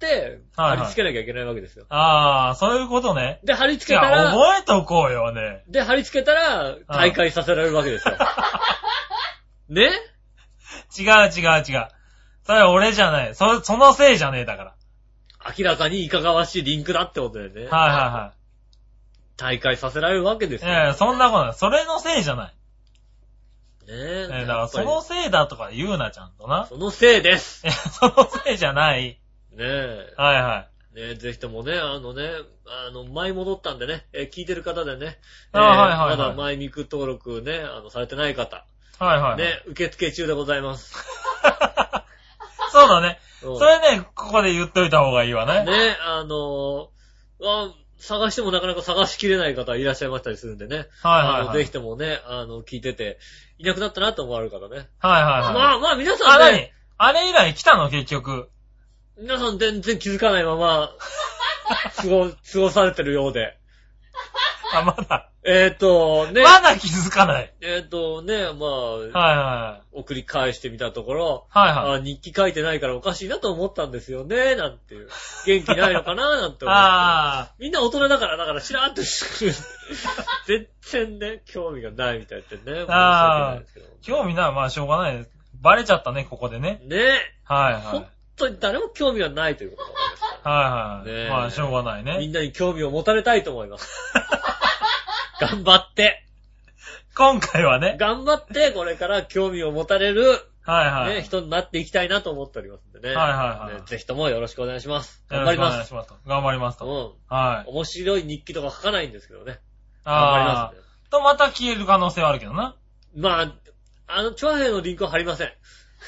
貼り付けなきゃいけないわけですよ。 ああ、そういうことね。 で、貼り付けたら、 覚えとこうよね。 で、貼り付けたら、大会させられるわけですよ。ね？ 違う違う違う。それは俺じゃない。そ、そのせいじゃねえだから。 明らかにいかがわしいリンクだってことだよね。 はいはいはい。 大会させられるわけですよ。 いやいや、そんなことない。それのせいじゃない。 ねえ。 え、だからそのせいだとか言うな、ちゃんとな。 そのせいです。 いや、そのせいじゃない。 ねえ。 はいはい。 ねえ、ぜひともね、あのね、あの、前戻ったんでね、えー、聞いてる方でね、 あ、えー、はいはいはい。 まだ前ミク登録ね、あの、されてない方。 はいはい、はい。 ね、受付中でございます。 そうだね。それね、ここで言っといた方がいいわね。 ね、あのー、探してもなかなか探しきれない方いらっしゃいましたりするんでね。はいはい、はい。あの、ぜひともね、あの、聞いてて、いなくなったなと思われる方ね。 はいはいはい。 まあまあ皆さんね。 あ、何あれ以来来たの結局。 皆さん全然気づかないまま、過ご、過ごされてるようで。 あ、まだ。 えっと、ね。 まだ気づかない。 えっと、ね、まあ、 はいはい。 送り返してみたところ、 はいはい。 あ、日記書いてないからおかしいなと思ったんですよね、なんていう。元気ないのかな、なんて思って。ああ。みんな大人だから、だから知らんと全然ね、興味がないみたいってね。 ああ。興味ない、まあしょうがないです。バレちゃったね、ここでね。 ね。 はいはい。 本当に誰も興味がないということです。 はいはい。ね、まあしょうがないね。 みんなに興味を持たれたいと思います。頑張って。 今回はね。 頑張って、これから興味を持たれる、 はいはい。 ね、人になっていきたいなと思っておりますんでね。 はいはいはい。 ね、ぜひともよろしくお願いします。頑張ります。 お願いします。頑張りますと。 うん。はい。面白い日記とか書かないんですけどね。 頑張ります、ね。と、また消える可能性はあるけどな。 まあ、あの、チョアヘイのリンクは貼りません。い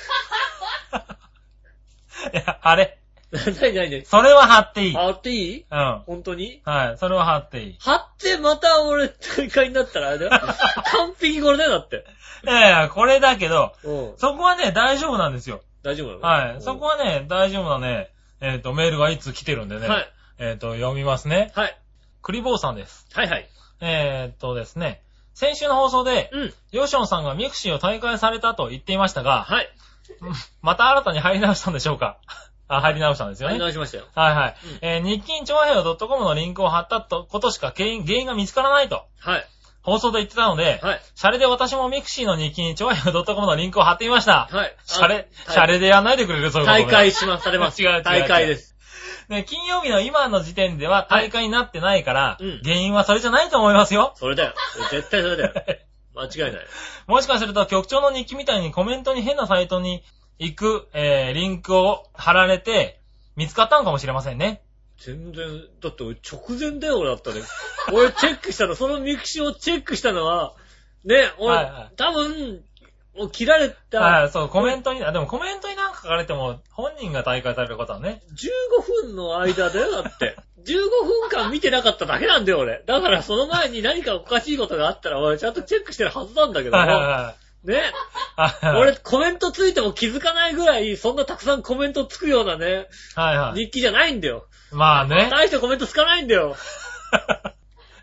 や、あれ。 なになになにそれは貼っていい。 貼っていいうん。 本当にはい。それは貼っていい。 貼ってまた俺大会になったらあれだよ。完璧これだよ、だって。 いやいや、これだけど、そこはね、大丈夫なんですよ。 大丈夫なのはい。そこはね、大丈夫なね、えっと、メールがいつ来てるんでね。はい。えっと、読みますね。 はい。 クリボーさんです。 はいはい。 えっとですね、先週の放送で、うん。ヨションさんがミクシーを大会されたと言っていましたが、 はい。 また新たに入り直したんでしょうか？あ、入り直したんですよね。 入り直しましたよ。 はいはい。うん、えー、日勤調和平和 .com のリンクを貼ったことしか原因、原因が見つからないと。 はい。 放送で言ってたので、はい。シャレで私もミクシーの日勤調和平和 .com のリンクを貼ってみました。 はい。 シャレ、シャレでやんないでくれる、そういうこと。 大会します、されます。 違う違う違う。 大会です。 ね、金曜日の今の時点では大会になってないから、はい、うん、原因はそれじゃないと思いますよ。 それだよ。絶対それだよ。間違いない。 もしかすると局長の日記みたいにコメントに変なサイトに行く、えー、リンクを貼られて、見つかったのかもしれませんね。 全然、だって直前だよ、俺だったね。俺チェックしたの、そのミクシーをチェックしたのは、ね、俺、はいはい、多分、もう切られた。 はい、そう、コメントに、あ、でもコメントになんか書かれても、本人が大会されることはね。 じゅうごふんの間だよ、だって。じゅうごふんかん見てなかっただけなんだよ、俺。だからその前に何かおかしいことがあったら、俺ちゃんとチェックしてるはずなんだけども。はいはいはい、ね。俺コメントついても気づかないぐらい、そんなたくさんコメントつくようなね。はいはい。日記じゃないんだよ。 まあね。 大してコメントつかないんだよ。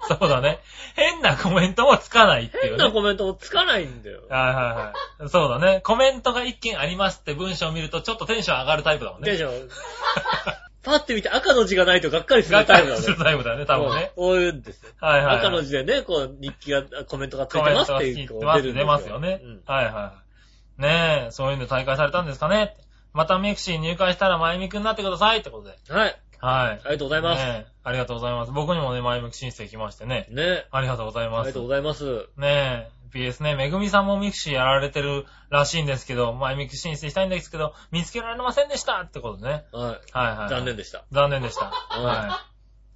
そうだね。変なコメントもつかないっていう、ね。 変なコメントもつかないんだよ。 はいはいはい。そうだね。コメントが一件ありますって文章を見るとちょっとテンション上がるタイプだもんね。 テンション。パッて見て赤の字がないとがっかりするタイプだね。がっかりするタイプだね、多分ね。 こういうんですよ。 はいはい、はい。 赤の字でね、こう、日記が、コメントがついてますっていう。 コメントがついてます。出ますよね。うん、はいはい。ねえ、そういうの大会されたんですかね。またミクシー入会したら前ミクになってくださいってことで。 はい。 はい。 ありがとうございます。 ねえ、ありがとうございます。僕にもね、前ミク申請来ましてね。 ねえ。 ありがとうございます。 ありがとうございます。 ねえ。ピーエス ね、めぐみさんもミクシーやられてるらしいんですけど、前ミク申請したいんですけど、見つけられませんでしたってことね。 はい。はいはい。残念でした。 残念でした。はい。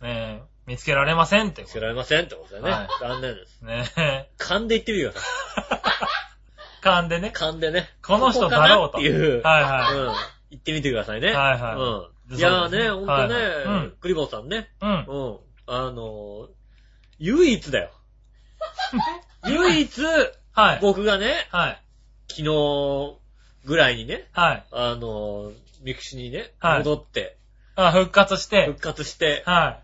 ねえ、見つけられませんって。 見つけられませんってことだよね。はい。残念です。 ねえ。 勘で言ってみるよ。 勘でね。 勘でね。 この人だろうと。 っていう。 はいはい。 うん。言ってみてくださいね。 はいはい。 うん。いやーね、ほんとね、クリボーさんね。 うん。うん。 あの、唯一だよ。唯一、 はい。 僕がね、 はい。 昨日ぐらいにね、 はい。 あの、ミクシにね、戻って、 あ、復活して。 復活して、 はい。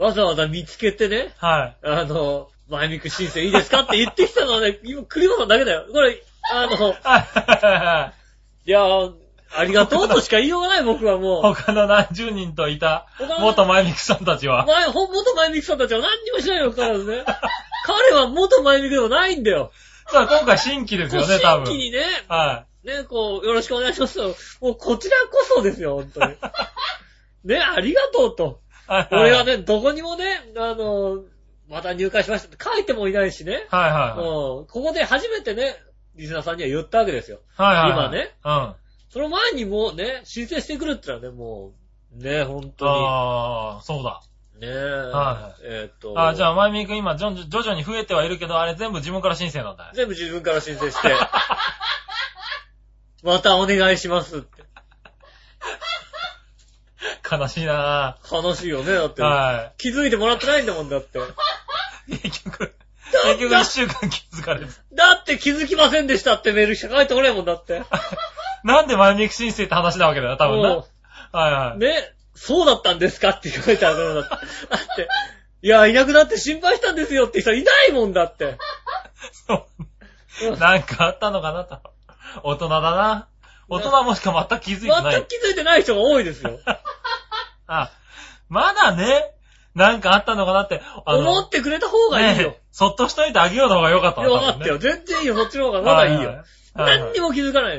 わざわざ見つけてね、 はい。 あの、前ミク申請いいですかって言ってきたのはね、今、クリボーさんだけだよ。これ、あの、いやー、ありがとうとしか言いようがない、僕はもう。 他の何十人といた、元前ミクさんたちは。 前、元前ミクさんたちは何にもしないよ、からね。彼は元前ミクでもないんだよ。 さあ、今回新規ですよね、多分。 新規にね。 はい。 ね、こう、よろしくお願いしますと。もうこちらこそですよ、本当に。ね、ありがとうと。はいはい、俺はね、どこにもね、あの、また入会しましたって書いてもいないしね。 はいはい、はい。 ここで初めてね、リスナーさんには言ったわけですよ。 はいはい、はい。 今ね。 うん。 その前にもうね、申請してくるってのはね、もう、ね、ほんとに。 ああ、そうだ。 ねえ。 はい。 えー、っと。 ああ、じゃあ、まゆみくん今、徐々に増えてはいるけど、あれ全部自分から申請なんだ。 全部自分から申請して。またお願いしますって。 悲しいなぁ。悲しいよね、だって。 はい。 気づいてもらってないんだもんだって。 結局、結局一週間気づかれる。 だって気づきませんでしたってメールしか書いてこないもんだって。 なんで前ミク申請って話なわけだよ、多分な。はいはい。 ね、そうだったんですかって言われたらだって。だって、いや、いなくなって心配したんですよって人いないもんだって。 そう。なんかあったのかなと。大人だな。大人はもしか全く気づいてない。 全く気づいてない人が多いですよ。 あ、まだね、なんかあったのかなって。 思ってくれた方がいいよ。 ね、そっとしといてあげようの方がよかったんだ、 ね。よかったよ。全然いいよ。そっちの方がまだいいよ。はいはい何にも気づかない。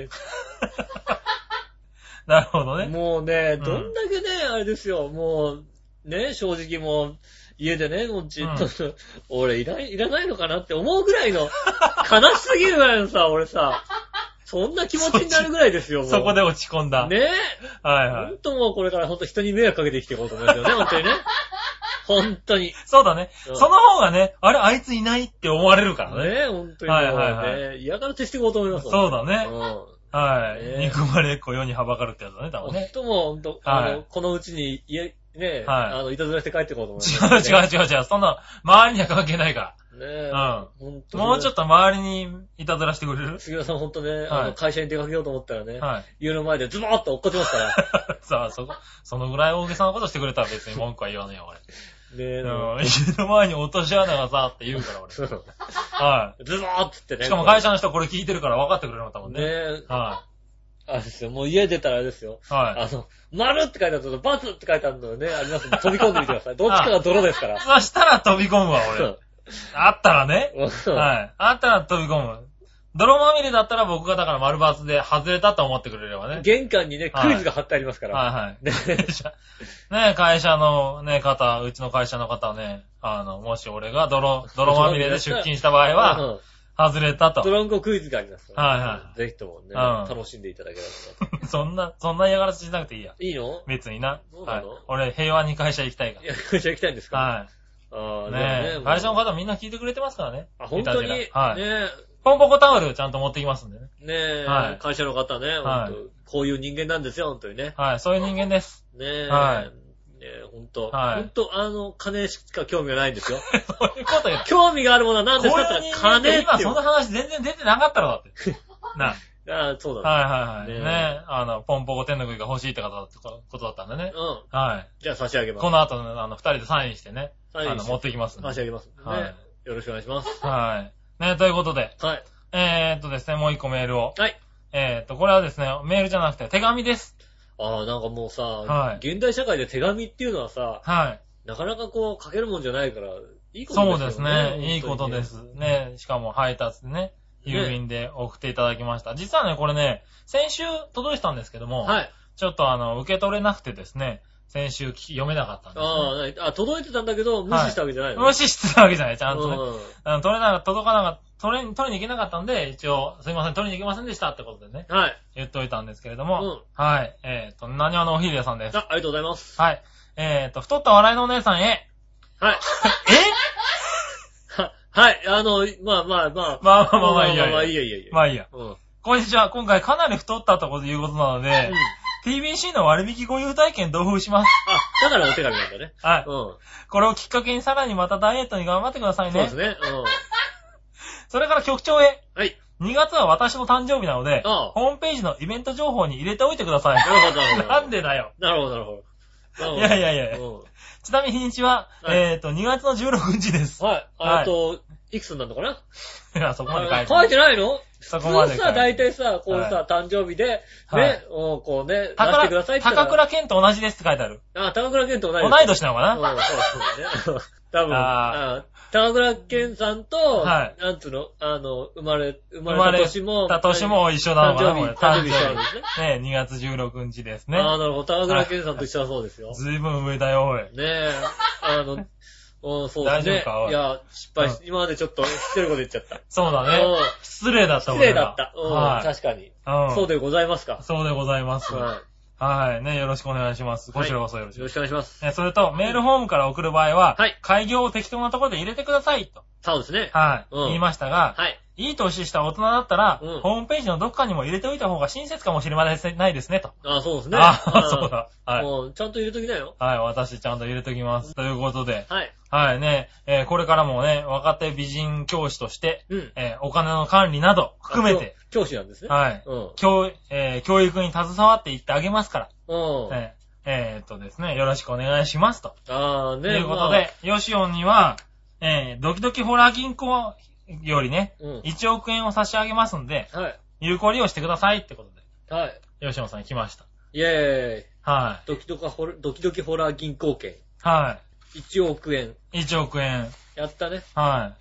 なるほどね。 もうね、どんだけね、うん、あれですよ。もう、ね、正直もう、家でね、もうじっと、うん、俺いら、いらないのかなって思うぐらいの、悲しすぎるぐらいのさ、俺さ、そんな気持ちになるぐらいですよ、もう。 そこで落ち込んだ。 ねはいはい。 ほんともうこれからほんと人に迷惑かけて生きていこうと思いますよね、ほんとにね。ほんとに。 そうだね、うん。その方がね、あれ、あいついないって思われるからね。 ねえ、ほんとに、ね。はいはいはい。嫌がらせしていこうと思います。 そうだね。 うん、 はい。ね、憎まれっ子世にはばかるってやつだね、多分ね。 ほんともう、ほんと、あの、はい、このうちに家、ねえ、はい、あの、いたずらして帰っていこうと思います、 ね。違う違う違う違う。そんな、周りには関係ないから。 ねえ。うん。 ほんと、ね。もうちょっと周りにいたずらしてくれる？ 杉浦さんほんとね、はい、あの、会社に出かけようと思ったらね、 はい。 家の前でズボーっと落っこちますから。 さあ、そこ、そのぐらい大げさなことしてくれたら別に文句は言わねえよ、俺。 ねえ。 うん。家の前に落とし穴がさ、って言うから俺。そう。はい。 ズボーっつってね。 しかも会社の人これ聞いてるから分かってくれるの多分ね。 ねえ。 はい。 あれですよ、もう家出たらあれですよ。 はい。 あの、丸って書いてあると、バツって書いてあるのね、ありますんで、飛び込んでみてください。どっちかが泥ですから。 そしたら飛び込むわ、俺。あったらね。はい。あったら飛び込む。泥まみれだったら僕がだから丸バツで外れたと思ってくれればね。 玄関にね、クイズが貼ってありますから。 はいはい。ねね会社のね、方、うちの会社の方ね、あの、もし俺が泥、泥まみれで出勤した場合は、外れたと。 ドランコクイズがありますから。 はいはい。 ぜひともね、楽しんでいただければ。 そんな、そんな嫌がらせしなくていいや。 いいの？ 別にな。 そうなの？ 俺、平和に会社行きたいから。 いや、会社行きたいんですか？ はい。 ああ、 ねえ。会社の方みんな聞いてくれてますからね。 あ、本当に？ はい。 ねえ。 ポンポコタオルちゃんと持ってきますんでね。 ねえ。 はい。 会社の方ね、ほんと、こういう人間なんですよ、ほんとにね。 はい、そういう人間です。 ねえ。 はい。 ねえ、ほんと。 はい。 ほんと、あの、金しか興味がないんですよ。 そういうことよ。 興味があるものは何ですかって言ったら金って。 今その話全然出てなかったろ、だって。な。 ああ、そうだね。 はいはいはい。ねえ。ねあの、ポンポコ手ぬぐいが欲しいってことだったんでね。 うん。 はい。 じゃあ差し上げます。 この後、あの、二人でサインしてね。 あの、持ってきますんで。 差し上げますんでね。はい。よろしくお願いします。 はい。ね、ということで。 はい。 えーっとですね、もう一個メールを。 はい。 えーっと、これはですね、メールじゃなくて手紙です。 ああ、なんかもうさ、はい、現代社会で手紙っていうのはさ、 はい。 なかなかこう書けるもんじゃないから、いいことですよね。 そうですね。いいことです。ね。しかも配達でね、郵便で送っていただきました。ね、実はね、これね、先週届いたんですけども、はい。ちょっとあの、受け取れなくてですね、先週読めなかったんです、 ね。ああ、届いてたんだけど、無視したわけじゃないの、 はい、無視してたわけじゃない、ちゃんとね。あの取れなかった、届かなかった。取れ、取りに行けなかったんで、一応、すいません、取りに行けませんでしたってことでね。はい。言っといたんですけれども。うん。はい。えっ、ー、と、何話のおひでやさんです。 あ、ありがとうございます。 はい。えっ、ー、と、太った笑いのお姉さんへ。 はい。えは、はい。あの、まあまあまあ。 まあまあまあまあいいや。 まあいいやいやいや。 まあいいや。うん。こんにちは。今回かなり太ったということなので、うん、ティービーシー の割引ご優待券同封します。 あ、だからお手紙なんだね。 はい。うん。これをきっかけにさらにまたダイエットに頑張ってくださいね。 そうですね。うん。 それから局長へ。 はい。 にがつは私の誕生日なので、ああホームページのイベント情報に入れておいてください。なるほど、なるほど。 なんでだよ。 なるほど、なるほど。いやいやいや。うん、ちなみに日にちは、はい、えっ、ー、と、にがつのじゅうろくにちです。 はい。あと、はい、いくつになるのかないや、そこまで書いてない。 書いてないのそこまで。普通さ、大体さ、こうさ、はい、誕生日で、ね、はい、こうね、出してくださいって言ったら。 高倉健と同じですって書いてある。 あ、高倉健と同じ。 同い年なのかなうん、そうですね。多分、あ高倉健さんと、はい、なんつうの、あの、生まれ、生まれた年も、 生まれた年も一緒なのかな、 誕生日、誕生日一緒なんですね。 ね、にがつじゅうろくにちですね。 ああ、なるほど。高倉健さんと一緒はそうですよ。 ずいぶん上だよ、おい。 ねえ、あの、うん、そうですね。大丈夫か、おい。いや、失敗し、うん、今までちょっと失礼こと言っちゃった。 そうだね。失礼だった、 失礼だった。うん、はい、確かに、うん。そうでございますか。 そうでございます。はい。はい。ね、よろしくお願いします。こちらこそよろしく。 よろしくお願いします。 ね、それと、メールフォームから送る場合は、はい。開業を適当なところで入れてください、と。 そうですね。 はい。うん、言いましたが、はい。いい年した大人だったら、うん、ホームページのどっかにも入れておいた方が親切かもしれないですね、と。 ああ、そうですね。 ああ、そうだ。 はい。もう、ちゃんと入れときなよ。 はい、私ちゃんと入れときます。ということで、はい。はいね、えー、これからもね、若手美人教師として、うん、えー、お金の管理など含めて、 教師なんですね。 はい。うん。教、えー、教育に携わっていってあげますから。うん。えー、えー、っとですね、よろしくお願いしますと。 ああ、ね。 ということで、まあ、ヨシオンには、えー、ドキドキホラー銀行よりね、うん、いちおくえんを差し上げますんで、はい。有効利用してくださいってことで。 はい。 ヨシオンさん来ました。 イェーイ。 はい。 ドキドキホラ、ドキドキホラー銀行券。 はい。 いちおくえん。 いちおくえん。 やったね。 はい。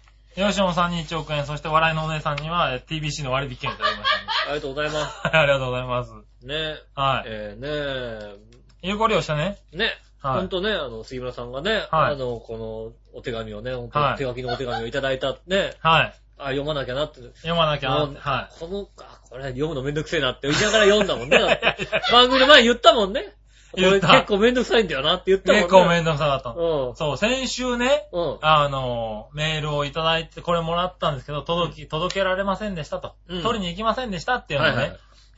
ヨシオンさんにいちおくえん、そして笑いのお姉さんには ティービーシー の割引券いただきました、ね。 ありがとうございます。 はい、ありがとうございます。 ね。 はい。 えー、ね有効利用したね。 ね。はい。ほんとね、あの、杉村さんがね、はい。あの、この、お手紙をね、ほんと、はい、手書きのお手紙をいただいたね。 はい。 あ、読まなきゃなって。 読まなきゃなって。はい。 この、あ、これ読むのめんどくせえなって言いながら読んだもんね。番組の前に言ったもんね。言った。結構めんどくさいんだよなって言ったもんね。 結構めんどくさかったの。うん。そう、先週ね、うん。あの、メールをいただいて、これもらったんですけど、届き、届けられませんでしたと。うん。取りに行きませんでしたっていうのをね、はいはい、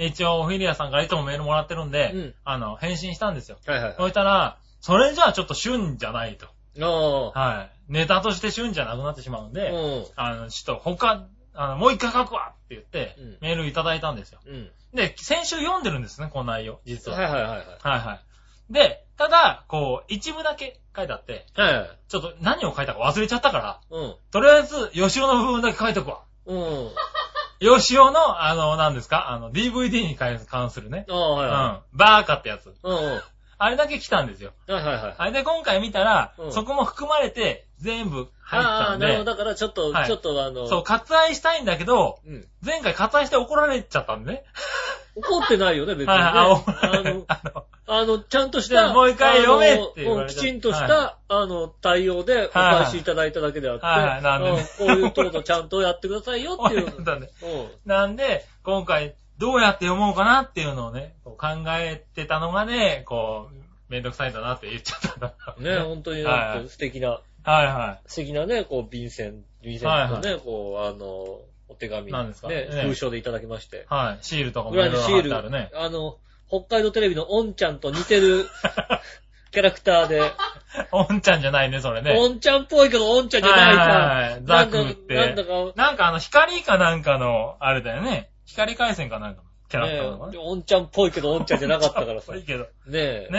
一応、オフィリアさんからいつもメールもらってるんで、うん。あの、返信したんですよ。はいはい。そしたら、それじゃあちょっと旬じゃないと。 ああ。 はい。ネタとして旬じゃなくなってしまうんで、うん。あの、ちょっと他、あの、もう一回書くわって言って、うん、メールいただいたんですよ。うん。で、先週読んでるんですね、この内容、実は。 はいはいはいはい。 はいはい。で、ただ、こう、一部だけ書いてあって、 はいはい。 ちょっと何を書いたか忘れちゃったから、うん。とりあえず、吉尾の部分だけ書いとくわ。 うん。 吉尾の、あの、何ですかあの、ディーブイディー に関するね。 ああ、はいはい。 うん。バーカってやつ。 うん、うん。 あれだけ来たんですよ。 はいはいはい。 あれで今回見たら、うん、そこも含まれて全部入ったんで。 ああ、なるほど。だからちょっと、はい、ちょっとあの。 そう、割愛したいんだけど、うん、前回割愛して怒られちゃったんでね。 怒ってないよね、別に、ね。 はい、あの、 あの、あの、ちゃんとした、 もう一回読めって言われて。きちんとした、はい、あの、対応でお返しいただいただけであって、 はいはい、なんでね、 こういうことちゃんとやってくださいよっていう。 なんで、なんで、今回、どうやって読もうかなっていうのをね、こう考えてたのがね、こう、めんどくさいんだなって言っちゃったんだ。 ね、本当になんか素敵な。 はいはい。 素敵なね、こう、便箋、便箋とね、はいはい、こう、あの、お手紙。 なんですかね、封書でいただきまして。 はい。シールとかも裏にシールあるね。 あの、北海道テレビのおんちゃんと似てるキャラクターで。 おんちゃんじゃないね、それね。 おんちゃんっぽいけど、おんちゃんじゃないか。 はいはいはい。ザクって。なんだか、なんかあの、光かなんかの、あれだよね。光回線かなんかの。キャラクターのねえ、おんちゃんっぽいけど、おんちゃんじゃなかったからさ。 ぽいけど。 ねえ。 ねえ。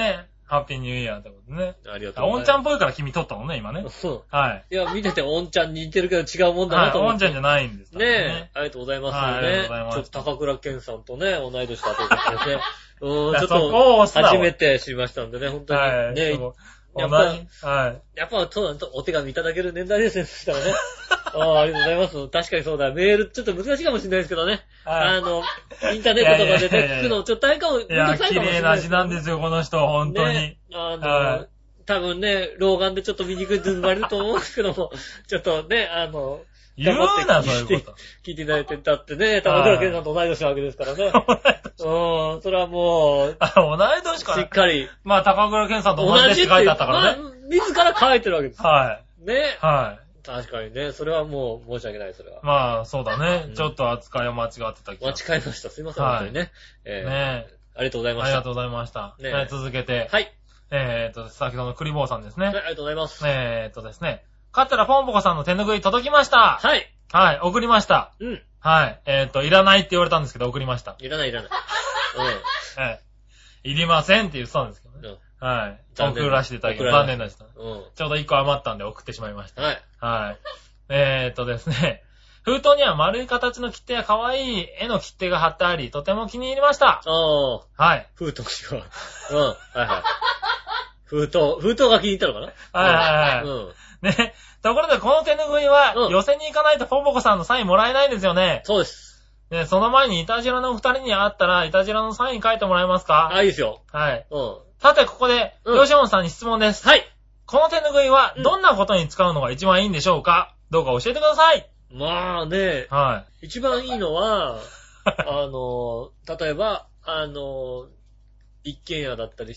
ハッピーニューイヤーってことね。 ありがとうございます。 おんちゃんっぽいから君撮ったのね、今ね。 そう。 はい。 いや、見てておんちゃんに似てるけど違うもんだなと思って。 はい、おんちゃんじゃないんですかね。ねえ、ありがとうございますね。はい、ありがとうございます。ちょっと高倉健さんとね、同い年だということでね。うん、ちょっと、初めて知りましたんでね、本当に。はい。ね、やっぱ、はい。やっぱ、お手紙いただける年代ですね、そしたらね。ああ、ありがとうございます。確かにそうだ。メール、ちょっと難しいかもしれないですけどね。はい、あの、インターネットとかでね、聞くの、ちょっと大変かも、 いや、綺麗な字なんですよ、この人、本当に。ね、 あの、はい、多分ね、老眼でちょっと見にくいって生まれると思うんですけども、ちょっとね、あの、 言うな、そういうこと。 聞いていただいて、だってね、高倉健さんと同い年なわけですからね。うん、それはもう、 あ、同い年か。 しっかり。 まあ、高倉健さんと同じって書いてあったからね。まあ、 自ら書いてるわけです。 はい。 ね。 はい。 確かにね、それはもう申し訳ない、それは。 まあ、そうだね。うん、ちょっと扱いを間違ってた気が。 間違えました。すいません、はい、本当にね。えー、ねありがとうございました。 ありがとうございました。ね、はい、続けて。 はい。 えーっと、先ほどのクリボーさんですね。はい、 ありがとうございます。 えーっとですね。カツラポンポコさんの手拭い届きました。 はい。 はい、送りました。 うん。 はい。えーっと、いらないって言われたんですけど、送りました。 いらない、いらない。 うん。はい。いりませんって言ってたんですけどね。うん。はい。送らせていただきます。残念でした。うん。ちょうどいっこ余ったんで送ってしまいました。 はい。 はい。えーっとですね。封筒には丸い形の切手や可愛い絵の切手が貼ってあり、とても気に入りました。 ああ。 はい。 封筒には。うん。はいはい。封筒、封筒が気に入ったのかな？ はいはいはい。うん。ね。ところでこの手拭いは、寄せに行かないとポンポコさんのサインもらえないんですよね。 そうです。 ね、その前にイタジラのお二人に会ったら、イタジラのサイン書いてもらえますか？ あ、いいですよ。 はい。 うん。 さて、ここで、ヨシオンさんに質問です。 はい。 この手拭いは、どんなことに使うのが一番いいんでしょうか？どうか教えてください。 まあね。 はい。 一番いいのは、あの、例えば、あの、一軒家だったりして、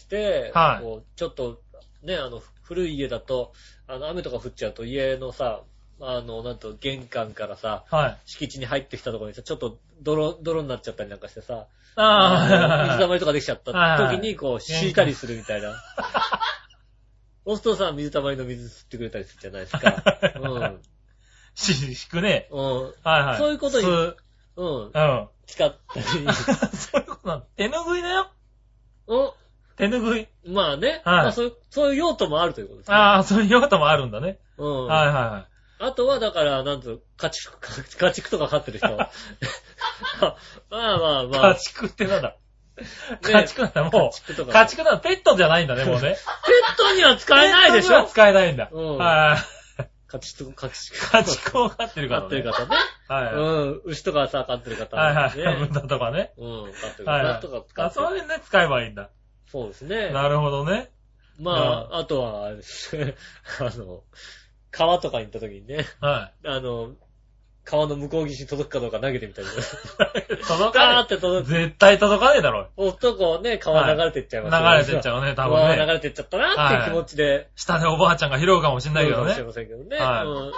はい。 こうちょっと、ね、あの、古い家だと、あの、雨とか降っちゃうと家のさ、あの、なんと、玄関からさ、 はい。 敷地に入ってきたところにさ、ちょっと泥、泥になっちゃったりなんかしてさ、 ああ水溜まりとかできちゃった時に、こう、敷いたりするみたいな。そうするとさ、水溜まりの水吸ってくれたりするじゃないですか。うん。 し、敷くね。 うん。 はいはい。 そういうことに、うん。 うん。 使ったり。 そういうことなの。手拭いだよ。 うん。 手拭い。 まあね。はい。 まあそういう、そういう用途もあるということですね。 ああ、そういう用途もあるんだね。 うん。 はいはいはい。 あとは、だから、なんと、家畜、家畜とか飼ってる人。まあまあまあ。 家畜ってなんだ家畜なんだ、もう。家畜とか。家畜なんだ、ペットじゃないんだね、もうね。 ペットには使えないでしょ？ペットには使えないんだ。 うん。 はい。 家畜、家畜。 家畜を飼ってる方ね。 飼ってる方ね。 はい。 うん。牛とかさ、飼ってる方。 はいはい。豚とかね。 うん。飼ってる方とか使ってる。 あ、そういうね、使えばいいんだ。 そうですね。 なるほどね。 まあ、あとは、あの、川とかに行った時にね。 はい。 あの、川の向こう岸に届くかどうか投げてみたり。 届かねえって届く。絶対届かねえだろ。 おっとこうね、川流れてっちゃいますね。流れてっちゃうね、多分ね。 流れてっちゃったなっていう気持ちで。 下でおばあちゃんが拾うかもしんないけどね。 かもしれませんけどね。 はい。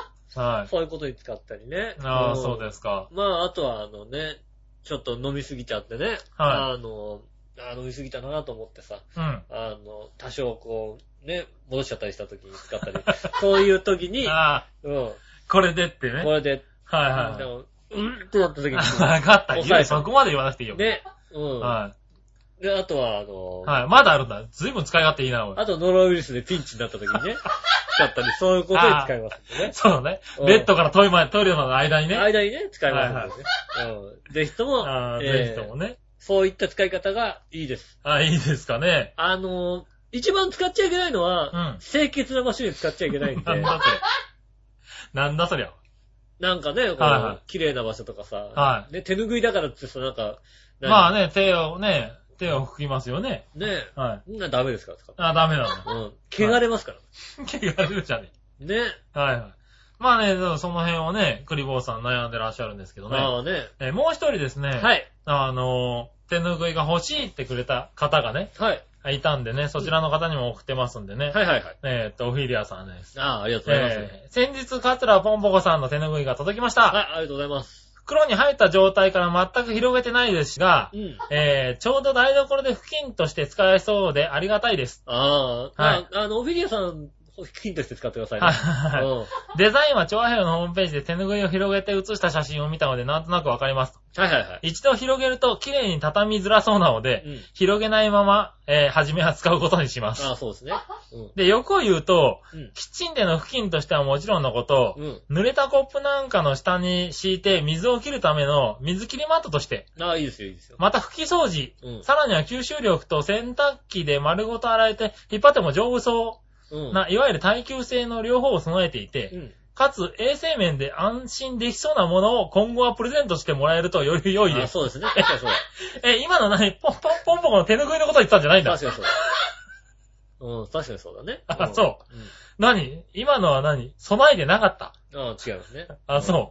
はい。 そういうことに使ったりね。 ああ、そうですか。 まあ、あとはあのね、ちょっと飲みすぎちゃってね。はい。あの、あ飲みすぎたなと思ってさ。 うん。あの、多少こう、ね、戻しちゃったりした時に使ったり。そういう時に。 ああ。うん。これでってね。 これで。 はいはい。 でもうんってなった時に。 わかった。言うそこまで言わなくていいよ。 ね。うん。 はい。 で、あとは、あのはい。まだあるんだ。ずいぶん使い勝手いいな、おい。 あと、ノロウイルスでピンチになった時にね。使ったり、そういうことで使いますんでね。 そうね。ベッドからトイレトイレの間にね。 間にね、使いますんでね。うん。ぜひとも、 ぜひともね。 そういった使い方がいいです。 あ、いいですかね。 あの、一番使っちゃいけないのは、清潔な場所に使っちゃいけないんで。 なんだそれ。なんだそりゃ。 なんかね、こう、綺麗な場所とかさ、 はい。 ね、手拭いだからってさ、なんか、 まあね、手をね、手を拭きますよね。 ね。 はい。 みんなダメですから、使って。 あ、ダメなんだ。 うん。汚れますから。 汚れるじゃねえ。ね。 はいはい。まあね、その辺をね、クリボーさん悩んでらっしゃるんですけどね。 ああね。 え、もう一人ですね。 はい。 あの、手拭いが欲しいってくれた方がね。 はい。 いたんでね、そちらの方にも送ってますんでね。 はいはいはい。 えっと、オフィリアさんです。 ああ、ありがとうございます。 えー、先日、カツラポンポコさんの手拭いが届きました。 はい、ありがとうございます。 袋に入った状態から全く広げてないですが、うん、えー、ちょうど台所で布巾として使えそうでありがたいです。 ああ、はい。あの、オフィリアさんヒントして使ってくださいね。はい、 うん。デザインは調和平のホームページで手拭いを広げて写した写真を見たのでなんとなくわかります。 はいはいはい。 一度広げると綺麗に畳みづらそうなので、うん、広げないまま、えー、初めは使うことにします。 ああ、そうですね。うん、 で、欲を言うと、うん、キッチンでの布巾としてはもちろんのこと、うん、濡れたコップなんかの下に敷いて水を切るための水切りマットとして。 ああ、いいですよ、いいですよ。 また拭き掃除、うん、さらには吸収力と洗濯機で丸ごと洗えて、引っ張っても丈夫そう。うん、な、いわゆる耐久性の両方を備えていて、うん、かつ衛生面で安心できそうなものを今後はプレゼントしてもらえるとより良いです。あ、 そうですね。確かにそうだ。 え、今の何ポンポンポンポコの手拭いのこと言ったんじゃないんだ。 確かにそうだ。うん、確かにそうだね。 あ、そう。うん、何今のは何備えてなかった。 あ、違いますね。 あ、そう。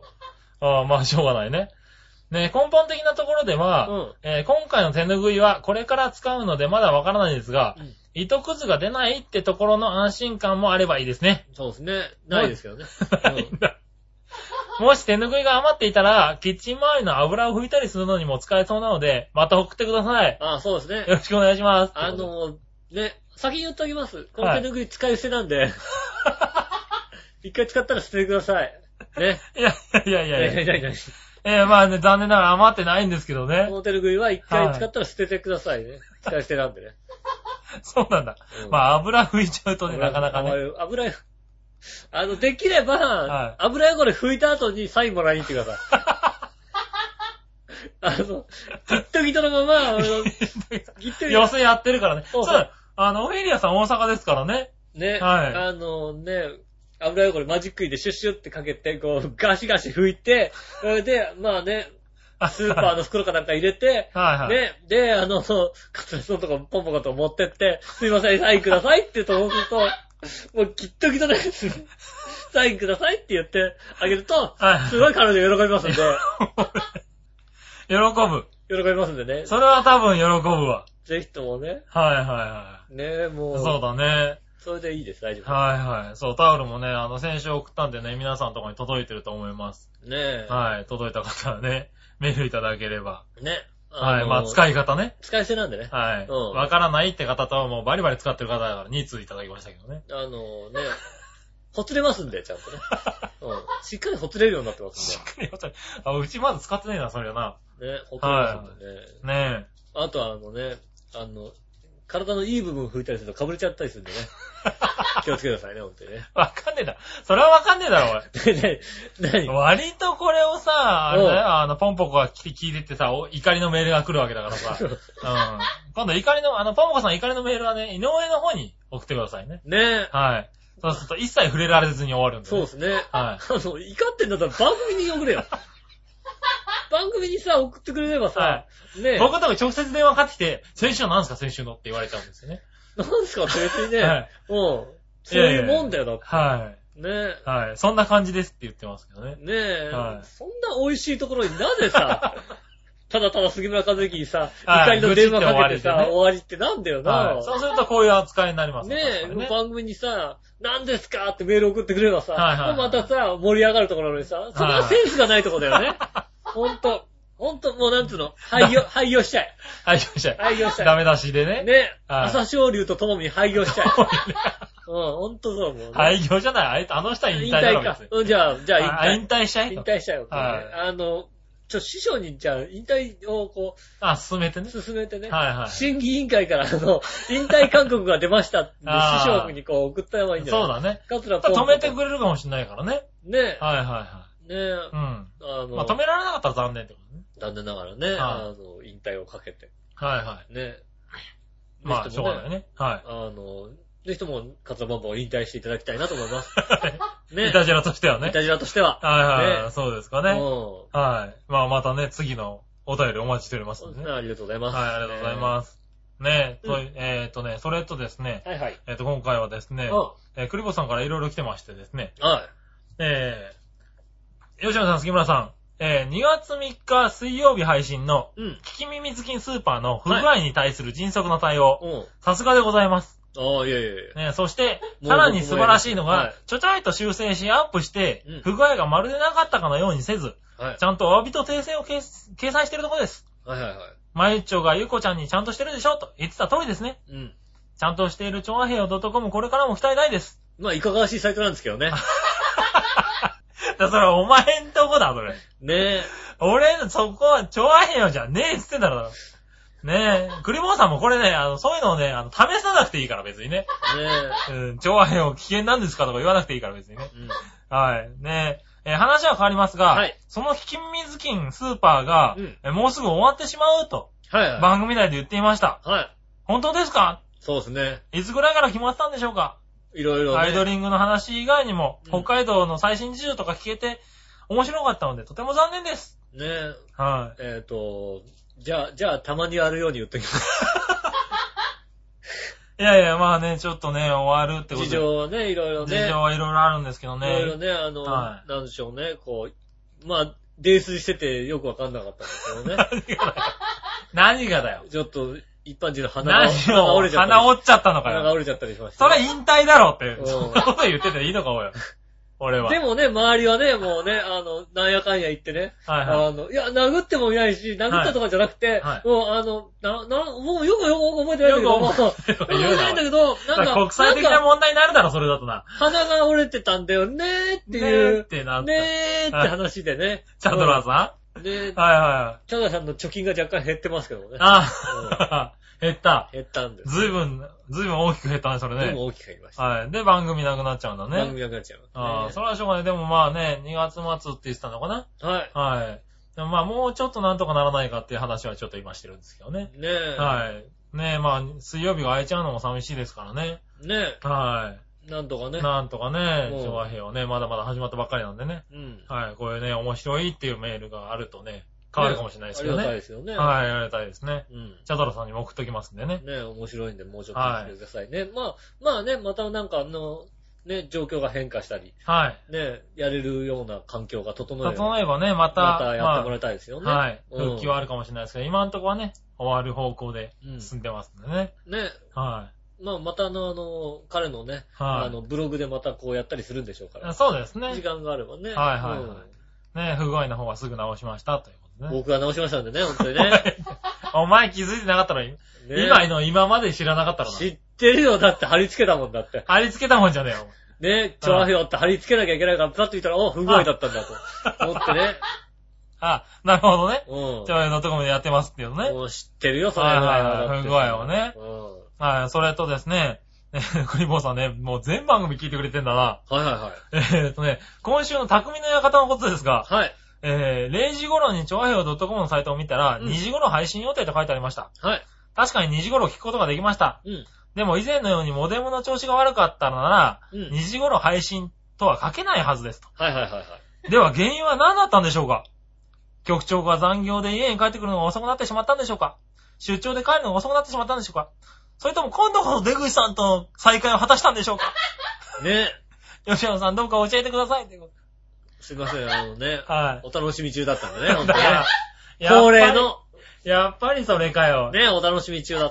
あ、まあ、しょうがないね。ね、根本的なところでは、うんえー、今回の手拭いはこれから使うのでまだわからないですが、うん糸くずが出ないってところの安心感もあればいいですね。 そうですね。ないですけどね。 うん、もし手拭いが余っていたら、キッチン周りの油を拭いたりするのにも使えそうなので、また送ってください。 ああ、そうですね。 よろしくお願いします。 あの、ね、先に言っておきます。この手拭い使い捨てなんで、はい、一回使ったら捨ててください。ね。 いやいやいやいや。いやいやいや。 えー、まあね、残念ながら余ってないんですけどね。 この手拭いは一回使ったら捨ててくださいね。はい、使い捨てなんでね。 そうなんだ。うん、まあ油拭いちゃうとね、なかなかね。 油、あの、できれば、はい、油汚れ拭いた後にサインもらいに行ってください。あの、ギットギトのまま、あの、ギット寄せやってるからね。そうそう。あの、オフェリアさん大阪ですからね。 ね。はい。あのね、油汚れマジックイでシュッシュってかけて、こう、ガシガシ拭いて、それで、まあね、スーパーの袋かなんか入れて、はいはい。ね、で、あの、カツラのとこポンポコと持ってって、すいません、サインくださいって言うと、そうすると、もうギットギトなやつ、サインくださいって言ってあげると、はい、すごい彼女喜びますんで。 喜ぶ。 喜びますんでね。 それは多分喜ぶわ。 ぜひともね。 はいはいはい。 ねえ、もう。 そうだね。 それでいいです、大丈夫。 はいはい。そう、タオルもね、あの、先週送ったんでね、皆さんのところに届いてると思います。 ねえ。 はい、届いた方はね、メールいただければ。 ね。 はい、まあ、使い方ね。 使い捨てなんでね。 はい。うん。わからないって方とはもうバリバリ使ってる方だからに通いただきましたけどね。 あのね、ほつれますんで、ちゃんとね。うん。しっかりほつれるようになってますんで。 しっかりほつれる。あ、うちまだ使ってねえな、それはな。 ね、ほつれますんでね。 はい、ねえ。あとはあのね、あの、体のいい部分拭いたりすると被れちゃったりするんでね。気をつけてくださいね、ほんとにね。 わかんねえだ。それはわかんねえだろ、おい。 何割とこれをさ、あれだよ、あの、ポンポコが聞いてってさ、怒りのメールが来るわけだからさ。うん。今度怒りの、あの、ポンポコさん怒りのメールはね、井上の方に送ってくださいね。 ねえ。 はい。そうすると一切触れられずに終わるんで、ね。 そうですね。はい。 あの、怒ってんだったら番組に送れよ。番組にさ、送ってくれればさ、はい、 ねえ。僕とか直接電話かかってきて、先週は何すか先週のって言われちゃうんですよね。 何すかって別にね、はい、もう、そういうもんだよ、だって。 はい。 ねえ。 はい。そんな感じですって言ってますけどね。 ねえ。はい。そんな美味しいところになぜさ、ただただ杉村和之にさ、怒りの電話かけてさ、終わりってなんだよな、はい。 そうするとこういう扱いになりますね。ねえ、番組にさ、何ですかってメール送ってくれればさ、はいはいはい、またさ、盛り上がるところにさ、そんなセンスがないところだよね。はいほんと。ほんと、もうなんつうの、廃業、廃業しちゃい。 廃業しちゃい。 廃業しちゃい。 ダメ出しでね。 ね。朝青龍とともに廃業しちゃい。うん、ほんとそう、もう、ね。 廃業じゃない。あの人は引退だろ。 引退か。うん、じゃあ、じゃあ引退。引退しちゃい。 引退しちゃいよ。はい。あの、ちょ、師匠に、じゃあ、引退をこう。 あ、進めてね。 進めてね。 はいはい。 審議委員会から、あの、引退勧告が出ましたって、師匠にこう送った方がいいんじゃないそうだね。 カツラ止めてくれるかもしれないからね。 ね。 はいはいはい。 ねえ。うん。 あの、まあ、止められなかったら残念ってことね。 残念ながらね、あの、引退をかけて。 はいはい。 ね。 まあ、しょうがないね。はい。 あの、ぜひとも、カツラバンバンを引退していただきたいなと思います。 ね。イタジラとしてはね。 イタジラとしては。 はいはい。そうですかね。はい。まあ、またね、次のお便りお待ちしておりますのでね。 ありがとうございます。 はい、ありがとうございます。ねえ、えっとね、それとですね。 はいはい。 えっと、今回はですね、え、クリボさんからいろいろ来てましてですね。 はい。 えー、吉野さん、杉村さん。えー、にがつみっか水曜日配信の、うん、聞き耳付近スーパーの不具合に対する迅速な対応。さすがでございます。 ああ、いやいやいや。 ね、そして、さらに素晴らしいのが、はい、ちょちょいと修正しアップして、うん、不具合がまるでなかったかのようにせず、はい、ちゃんとお詫びと訂正を掲載しているところです。 はいはいはい。 まゆっちょがゆこちゃんにちゃんとしてるでしょと言ってた通りですね。うん。ちゃんとしているちょあへいよ .com これからも期待大です。 まあ、いかがわしいサイトなんですけどね。 だそれお前んとこだ、それ。 ねえ。 俺、そこは、ちょわへんよじゃねえっつってんだろ。ねえ。クリボーさんもこれね、あの、そういうのをね、あの、試さなくていいから別にね。ねえ。うん、ちょわへんを危険なんですかとか言わなくていいから別にね。うん、はい。ねえ。えー、話は変わりますが、はい、その引き水金スーパーが、うん、えもうすぐ終わってしまうと、はいはい、番組内で言っていました。はい。本当ですか？ そうですね。 いつぐらいから決まったんでしょうか？ いろいろね。 アイドリングの話以外にも、うん、北海道の最新事情とか聞けて面白かったので、とても残念です。 ねえ。はい。えっ、ー、と、じゃあ、じゃあ、たまにやるように言っときます。 いやいや、まあね、ちょっとね、終わるってことで。 事情はね、いろいろね。 事情はいろいろあるんですけどね。 いろいろね、あの、はい、なんでしょうね、こう、まあ、泥酔しててよくわかんなかったんですけどね。 何がだよ。何がだよ。 ちょっと、一般人の鼻が折れちゃった。鼻折っちゃったのかよ。 鼻が折れちゃったりしました、 ね。それ引退だろって。そんなこと言ってていいのかもよ。俺は。 でもね、周りはね、もうね、あの、なんやかんや言ってね。はいはい。あの、いや、殴ってもいないし、殴ったとかじゃなくて、はい、もうあの、な、な、もうよくよく覚えてないんだけど、もう、覚えてないんだけど、なんか、 国際的な問題になるだろ、それだとな。 鼻が折れてたんだよねーっていう。ねーってなった。ねーって話でね。 チャドラーさんね、はいはい。 チャドラーさんの貯金が若干減ってますけどね。 ああ。減った。 減ったんです。 ずいぶん、ずいぶん大きく減ったね、それね。 ずいぶん大きく減りました。 はい。で、番組なくなっちゃうんだね。 番組なくなっちゃう、ね。 ああ、それはしょうがない。でもまあね、にがつ末って言ってたのかな。はい。はい。でもまあもうちょっとなんとかならないかっていう話はちょっと今してるんですけどね。 ねえ。 はい。ねえ、まあ、水曜日が空いちゃうのも寂しいですからね。 ねえ。はい。 なんとかね。 なんとかね、昭和平をね、まだまだ始まったばっかりなんでね。 うん。 はい。こういうね、面白いっていうメールがあるとね、変わるかもしれないですけどね。 ありがたいですよね。 はい、ありがたいですね。うん。チャドラさんにも送っときますんでね。 ね、面白いんで、もうちょっと来てくださいね。はい、まあ、まあね、またなんかあの、ね、状況が変化したり。はい。ね、やれるような環境が整えば。 整えばね、また。 またやってもらいたいですよね。 まあ、はい。復帰はあるかもしれないですけど、今のところはね、終わる方向で進んでますんでね。 うん、ね。 はい。 まあ、またあの、あの、彼のね、はい、あの、ブログでまたこうやったりするんでしょうから。 そうですね。 時間があればね。 はいはい、はい。うんね、不具合の方はすぐ直しましたということね。 僕が直しましたんでね、本当にね。 お前気づいてなかったら、ね、今の今まで知らなかったらな。 知ってるよ、だって貼り付けたもんだって。 貼り付けたもんじゃねえよ。 ね、チョアヘヨって貼り付けなきゃいけないから、パッと言ったら、お、不具合だったんだと思ってね。 あ、なるほどね。うん。チョアヘヨのところでやってますっていうのね。 もう知ってるよ、それは。 はいはいはい。不具合をね。うん。はい、それとですね、クリボーさんね、もう全番組聞いてくれてんだな。 はいはいはい。 えーっとね、今週の匠の館のことですが、 はい。 えー、れいじ頃にチョアヘヨ .com のサイトを見たら、うん、にじ頃配信予定と書いてありました。 はい。 確かににじ頃聞くことができました。うん。でも以前のようにモデムの調子が悪かったのなら、うん、にじ頃配信とは書けないはずですと。 はいはいはいはい。 では原因は何だったんでしょうか？局長が残業で家に帰ってくるのが遅くなってしまったんでしょうか？出張で帰るのが遅くなってしまったんでしょうか？それとも今度こそ出口さんとの再会を果たしたんでしょうか？ ね。 吉野さんどうか教えてくださいってこと。 すいません、あのね。 はい。 お楽しみ中だったんだね、ほんとね。 恒例の。やっぱりそれかよ。 ね、お楽しみ中だった。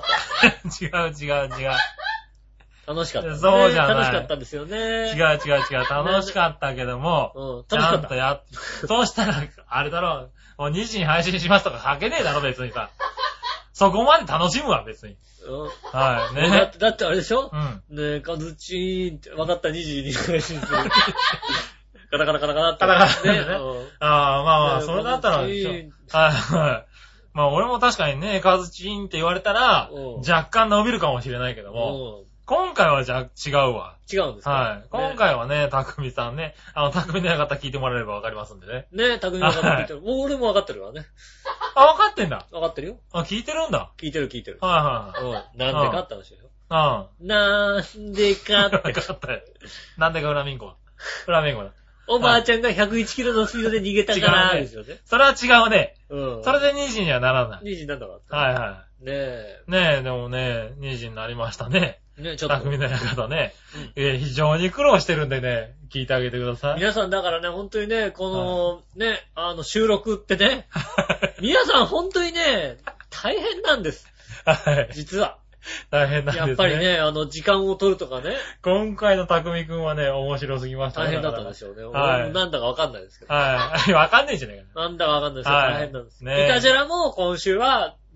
違う違う違う。 楽しかった、ね。 そうじゃない。 楽しかったんですよね。 違う違う違う。楽しかったけども、 うん、 ちゃんとやっ、そうしたら、あれだろう、もうにじに配信しますとか書けねえだろ、別にさ。そこまで楽しむわ、別に。 うん、 はい、ね。 だって、だってあれでしょ？ うん。 ねえ、カズチーンって、わかったにじに配信する。カタカタカタカタって。 カタカタね。ああ、まあまあ、それだったら、はいはい。まあ俺も確かにね、カズチーンって言われたら、若干伸びるかもしれないけども、今回はじゃ、違うわ。 違うんですか？ はい。今回はね、たくみさんね、あの、たくみの方聞いてもらえればわかりますんでね。 ね、たくみの方聞いてる。もう俺もわかってるわね。 あ、わかってんだ。 わかってるよ。 あ、聞いてるんだ。 聞いてる聞いてる。 はいはい。 うん。なんでかって話だよ。 うん。 なんでかって。 わかったよ。なんでかフラミンゴは。フラミンゴだ。 おばあちゃんがひゃくいちキロのスピードで逃げたからですよね。 それは違うね。 うん。 それでにじにはならない。 にじになんなかった。 はいはい。 ねえ。 ねえ、でもね、にじになりましたね。 ねえ、ちょっと。 匠の館ね。うん、えー、非常に苦労してるんでね、聞いてあげてください。 皆さんだからね、本当にね、この、はい、ね、あの、収録ってね、皆さん本当にね、大変なんです。 はい。 実は。 大変なんですね。 やっぱりね、あの、時間を取るとかね。 今回の匠くんはね、面白すぎましたね。 大変だったでしょうね。 はい。 なんだかわかんないですけど。 はい。わかんないじゃないかな。なんだかわかんないですけど、大変なんです。 ね。 イタジェラも今週は、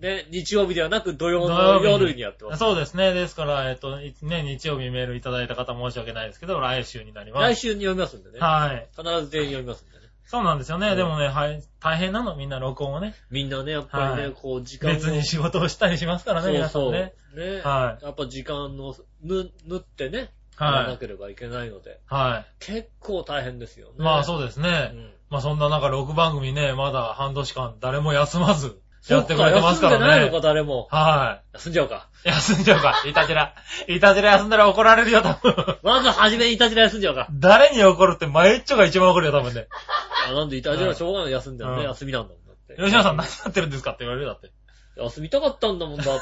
ね、日曜日ではなく土曜の夜にやってます。 そうですね。ですから、えっと、ね、日曜日メールいただいた方申し訳ないですけど、来週になります。 来週に読みますんでね。 はい。 必ず全員読みますんでね。 そうなんですよね。うん、でもね、はい、大変なの、みんな録音をね。 みんなね、やっぱりね、はい、こう、時間を。 別に仕事をしたりしますからね、皆さんね。 ね。はい。やっぱ時間の、ぬ、縫ってね、やらなければいけないので。はい。結構大変ですよね。 まあそうですね。うん、まあそんな中、録番組ね、まだ半年間誰も休まず。やってくれてますからね。 休んでないのか、誰も。 はい。 休んじゃうか。 休んじゃうか。いたじら。いたじら休んだら怒られるよ、多分。 まず初めにいたじら休んじゃうか。 誰に怒るって、マユッチョが一番怒るよ、多分ね。 あ、なんでいたじらしょうがない休んでるね。休みなんだもんだって。 吉野さん何やってるんですかって言われるだって。 休みたかったんだもんだって。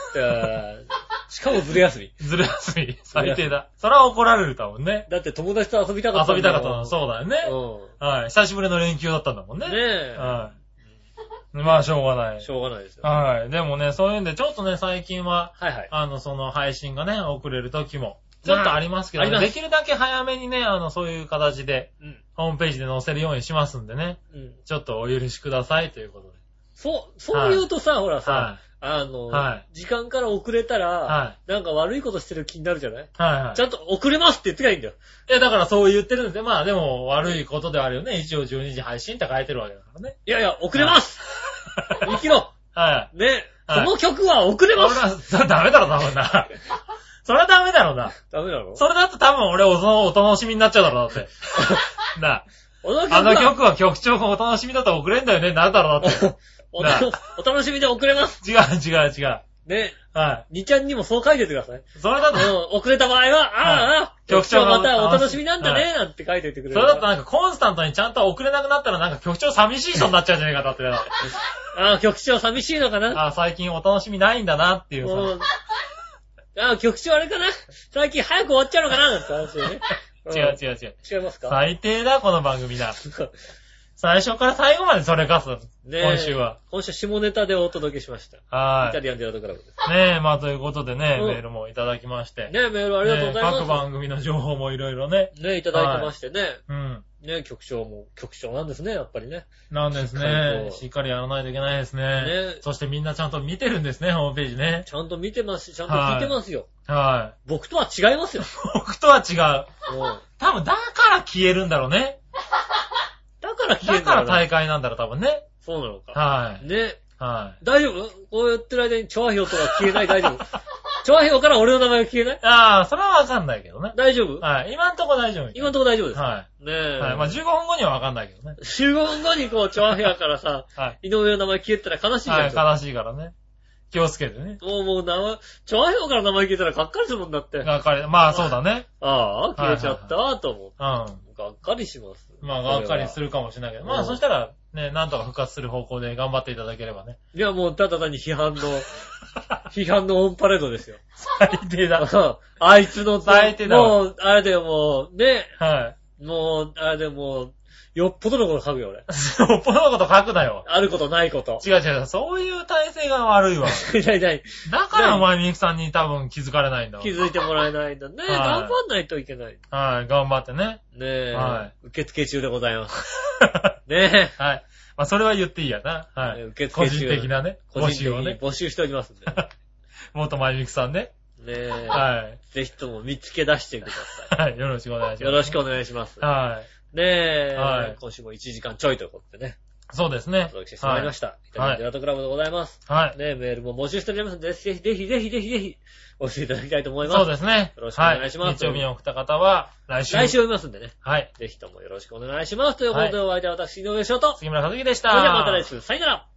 しかもずる休み。 ずる休み。最低だ。それは怒られる多分ね。 だって友達と遊びたかったんだもん。 遊びたかったの。そうだよね。うん。はい。久しぶりの連休だったんだもんね。 ねえ。 はい。まあ、しょうがない。 しょうがないですよ。 はい。でもね、そういうんで、ちょっとね、最近は、 はいはい。 あの、その配信がね、遅れる時も、ちょっとありますけど、ね、できるだけ早めにね、あの、そういう形で、うん、ホームページで載せるようにしますんでね、うん、ちょっとお許しくださいということで。 そう、そう言うとさ、はい、ほらさ、はいあの、はい、時間から遅れたら、はい、なんか悪いことしてる気になるじゃないはいはい。ちゃんと遅れますって言ってりゃいいんだよ。 いや、だからそう言ってるんですよ。まあでも悪いことではあるよね。一応じゅうにじ配信って書いてるわけだからね。 いやいや、遅れます生きろはい。 ね、はい、この曲は遅れますそれはダメだろ、多分な。それはダメだろうな。 ダメだろそれだと多分俺お、お楽しみになっちゃうだろう、だって。なあ。あの曲は曲調がお楽しみだと遅れんだよね、なるだろう、だって。 お, お楽しみで遅れます。 違う違う違う。 ね。 はい。 にちゃんにもそう書いててください。 それだと、 うん、遅れた場合は、ああ、はい、曲調またお楽しみなんだね、なんて書いててくれる。 それだとなんかコンスタントにちゃんと遅れなくなったらなんか曲調寂しい人になっちゃうんじゃないかだって。 ああ、曲調寂しいのかな。 ああ、最近お楽しみないんだなっていうさ。 ああ、曲調あれかな最近早く終わっちゃうのかななんて話よね。 違う違う違う。 違いますか最低だ、この番組だ。最初から最後までそれかす。ね、今週は。 今週下ネタでお届けしました。 はい。 イタリアンジェラートクラブです。 ねえ、まあということでね、うん、メールもいただきまして。 ねえ、メールありがとうございます。 各番組の情報もいろいろね。 ねえ、いただいてましてね。 はい、うん。 ねえ、局長も、局長なんですね、やっぱりね。 なんですね。しっかりやらないといけないですね。ねえ。そしてみんなちゃんと見てるんですね、ホームページね。 ちゃんと見てますし、ちゃんと聞いてますよ。 はい。はい、 僕とは違いますよ。 僕とは違う。多分だから消えるんだろうね。 だから消えるんだろう。だから大会なんだろう、多分ね。 そうなのか。 はい。 ね。 はい。 大丈夫こうやってる間にチョアヒョとか消えない大丈夫チョアヒョから俺の名前が消えないああ、それはわかんないけどね。 大丈夫はい。今んとこ大丈夫。 今んとこ大丈夫です。 はい。 ねえ。 はい。まあじゅうごふんごにはわかんないけどね。 じゅうごふんごにこう、チョアヒョからさ、はい。井上の名前消えたら悲しいじゃん。 はい、悲しいからね。気をつけてね。 もうもう名前、チョアヒョから名前消えたらがっかりするもんだって。 がっかり。まあそうだね。 ああ、消えちゃったーと思う。 はいはいはい。 うん。がっかりします。 まあ、がっかりするかもしれないけど。まあ、そしたら、ね、なんとか復活する方向で頑張っていただければね。 いや、もう、ただ単に批判の、批判のオンパレードですよ。 最低だ。 あいつの、 最低だ。 もう、あれでもう、ね。 はい。 もう、あれでもう、よっぽどのこと書くよ、俺。 よっぽどのこと書くなよ。 あることないこと。 違う違う、そういう体制が悪いわ。 ないない。 だからお前みゆきさんに多分気づかれないんだわ。 気づいてもらえないんだね。はい、頑張んないといけない。 はい、頑張ってね。 ねえ。 はい。 受付中でございます。ねえ。はい。まあ、それは言っていいやな。はい。受付中。個人的なね。 募集をね。募集しておりますんで。 元まゆみくさんね。 ねえ。 はい。 ぜひとも見つけ出してください。はい。よろしくお願いします。 よろしくお願いします。 はい。 ねえ、 はい、 今週もいちじかんちょいということでね。 そうですね。 お届けしてまいりました。はい、イタリアンジェラートクラブでございます。 はい。 ねえ、メールも募集しておりますので、ぜひぜひぜひぜひぜひ、お寄せいただきたいと思います。 そうですね。 よろしくお願いします。 はい、日曜日に送った方は、来週。 来週読みますんでね。 はい。 ぜひともよろしくお願いします。ということで、お相手は私、井上翔と、 杉村和樹でした。 それではまた来週、さよなら。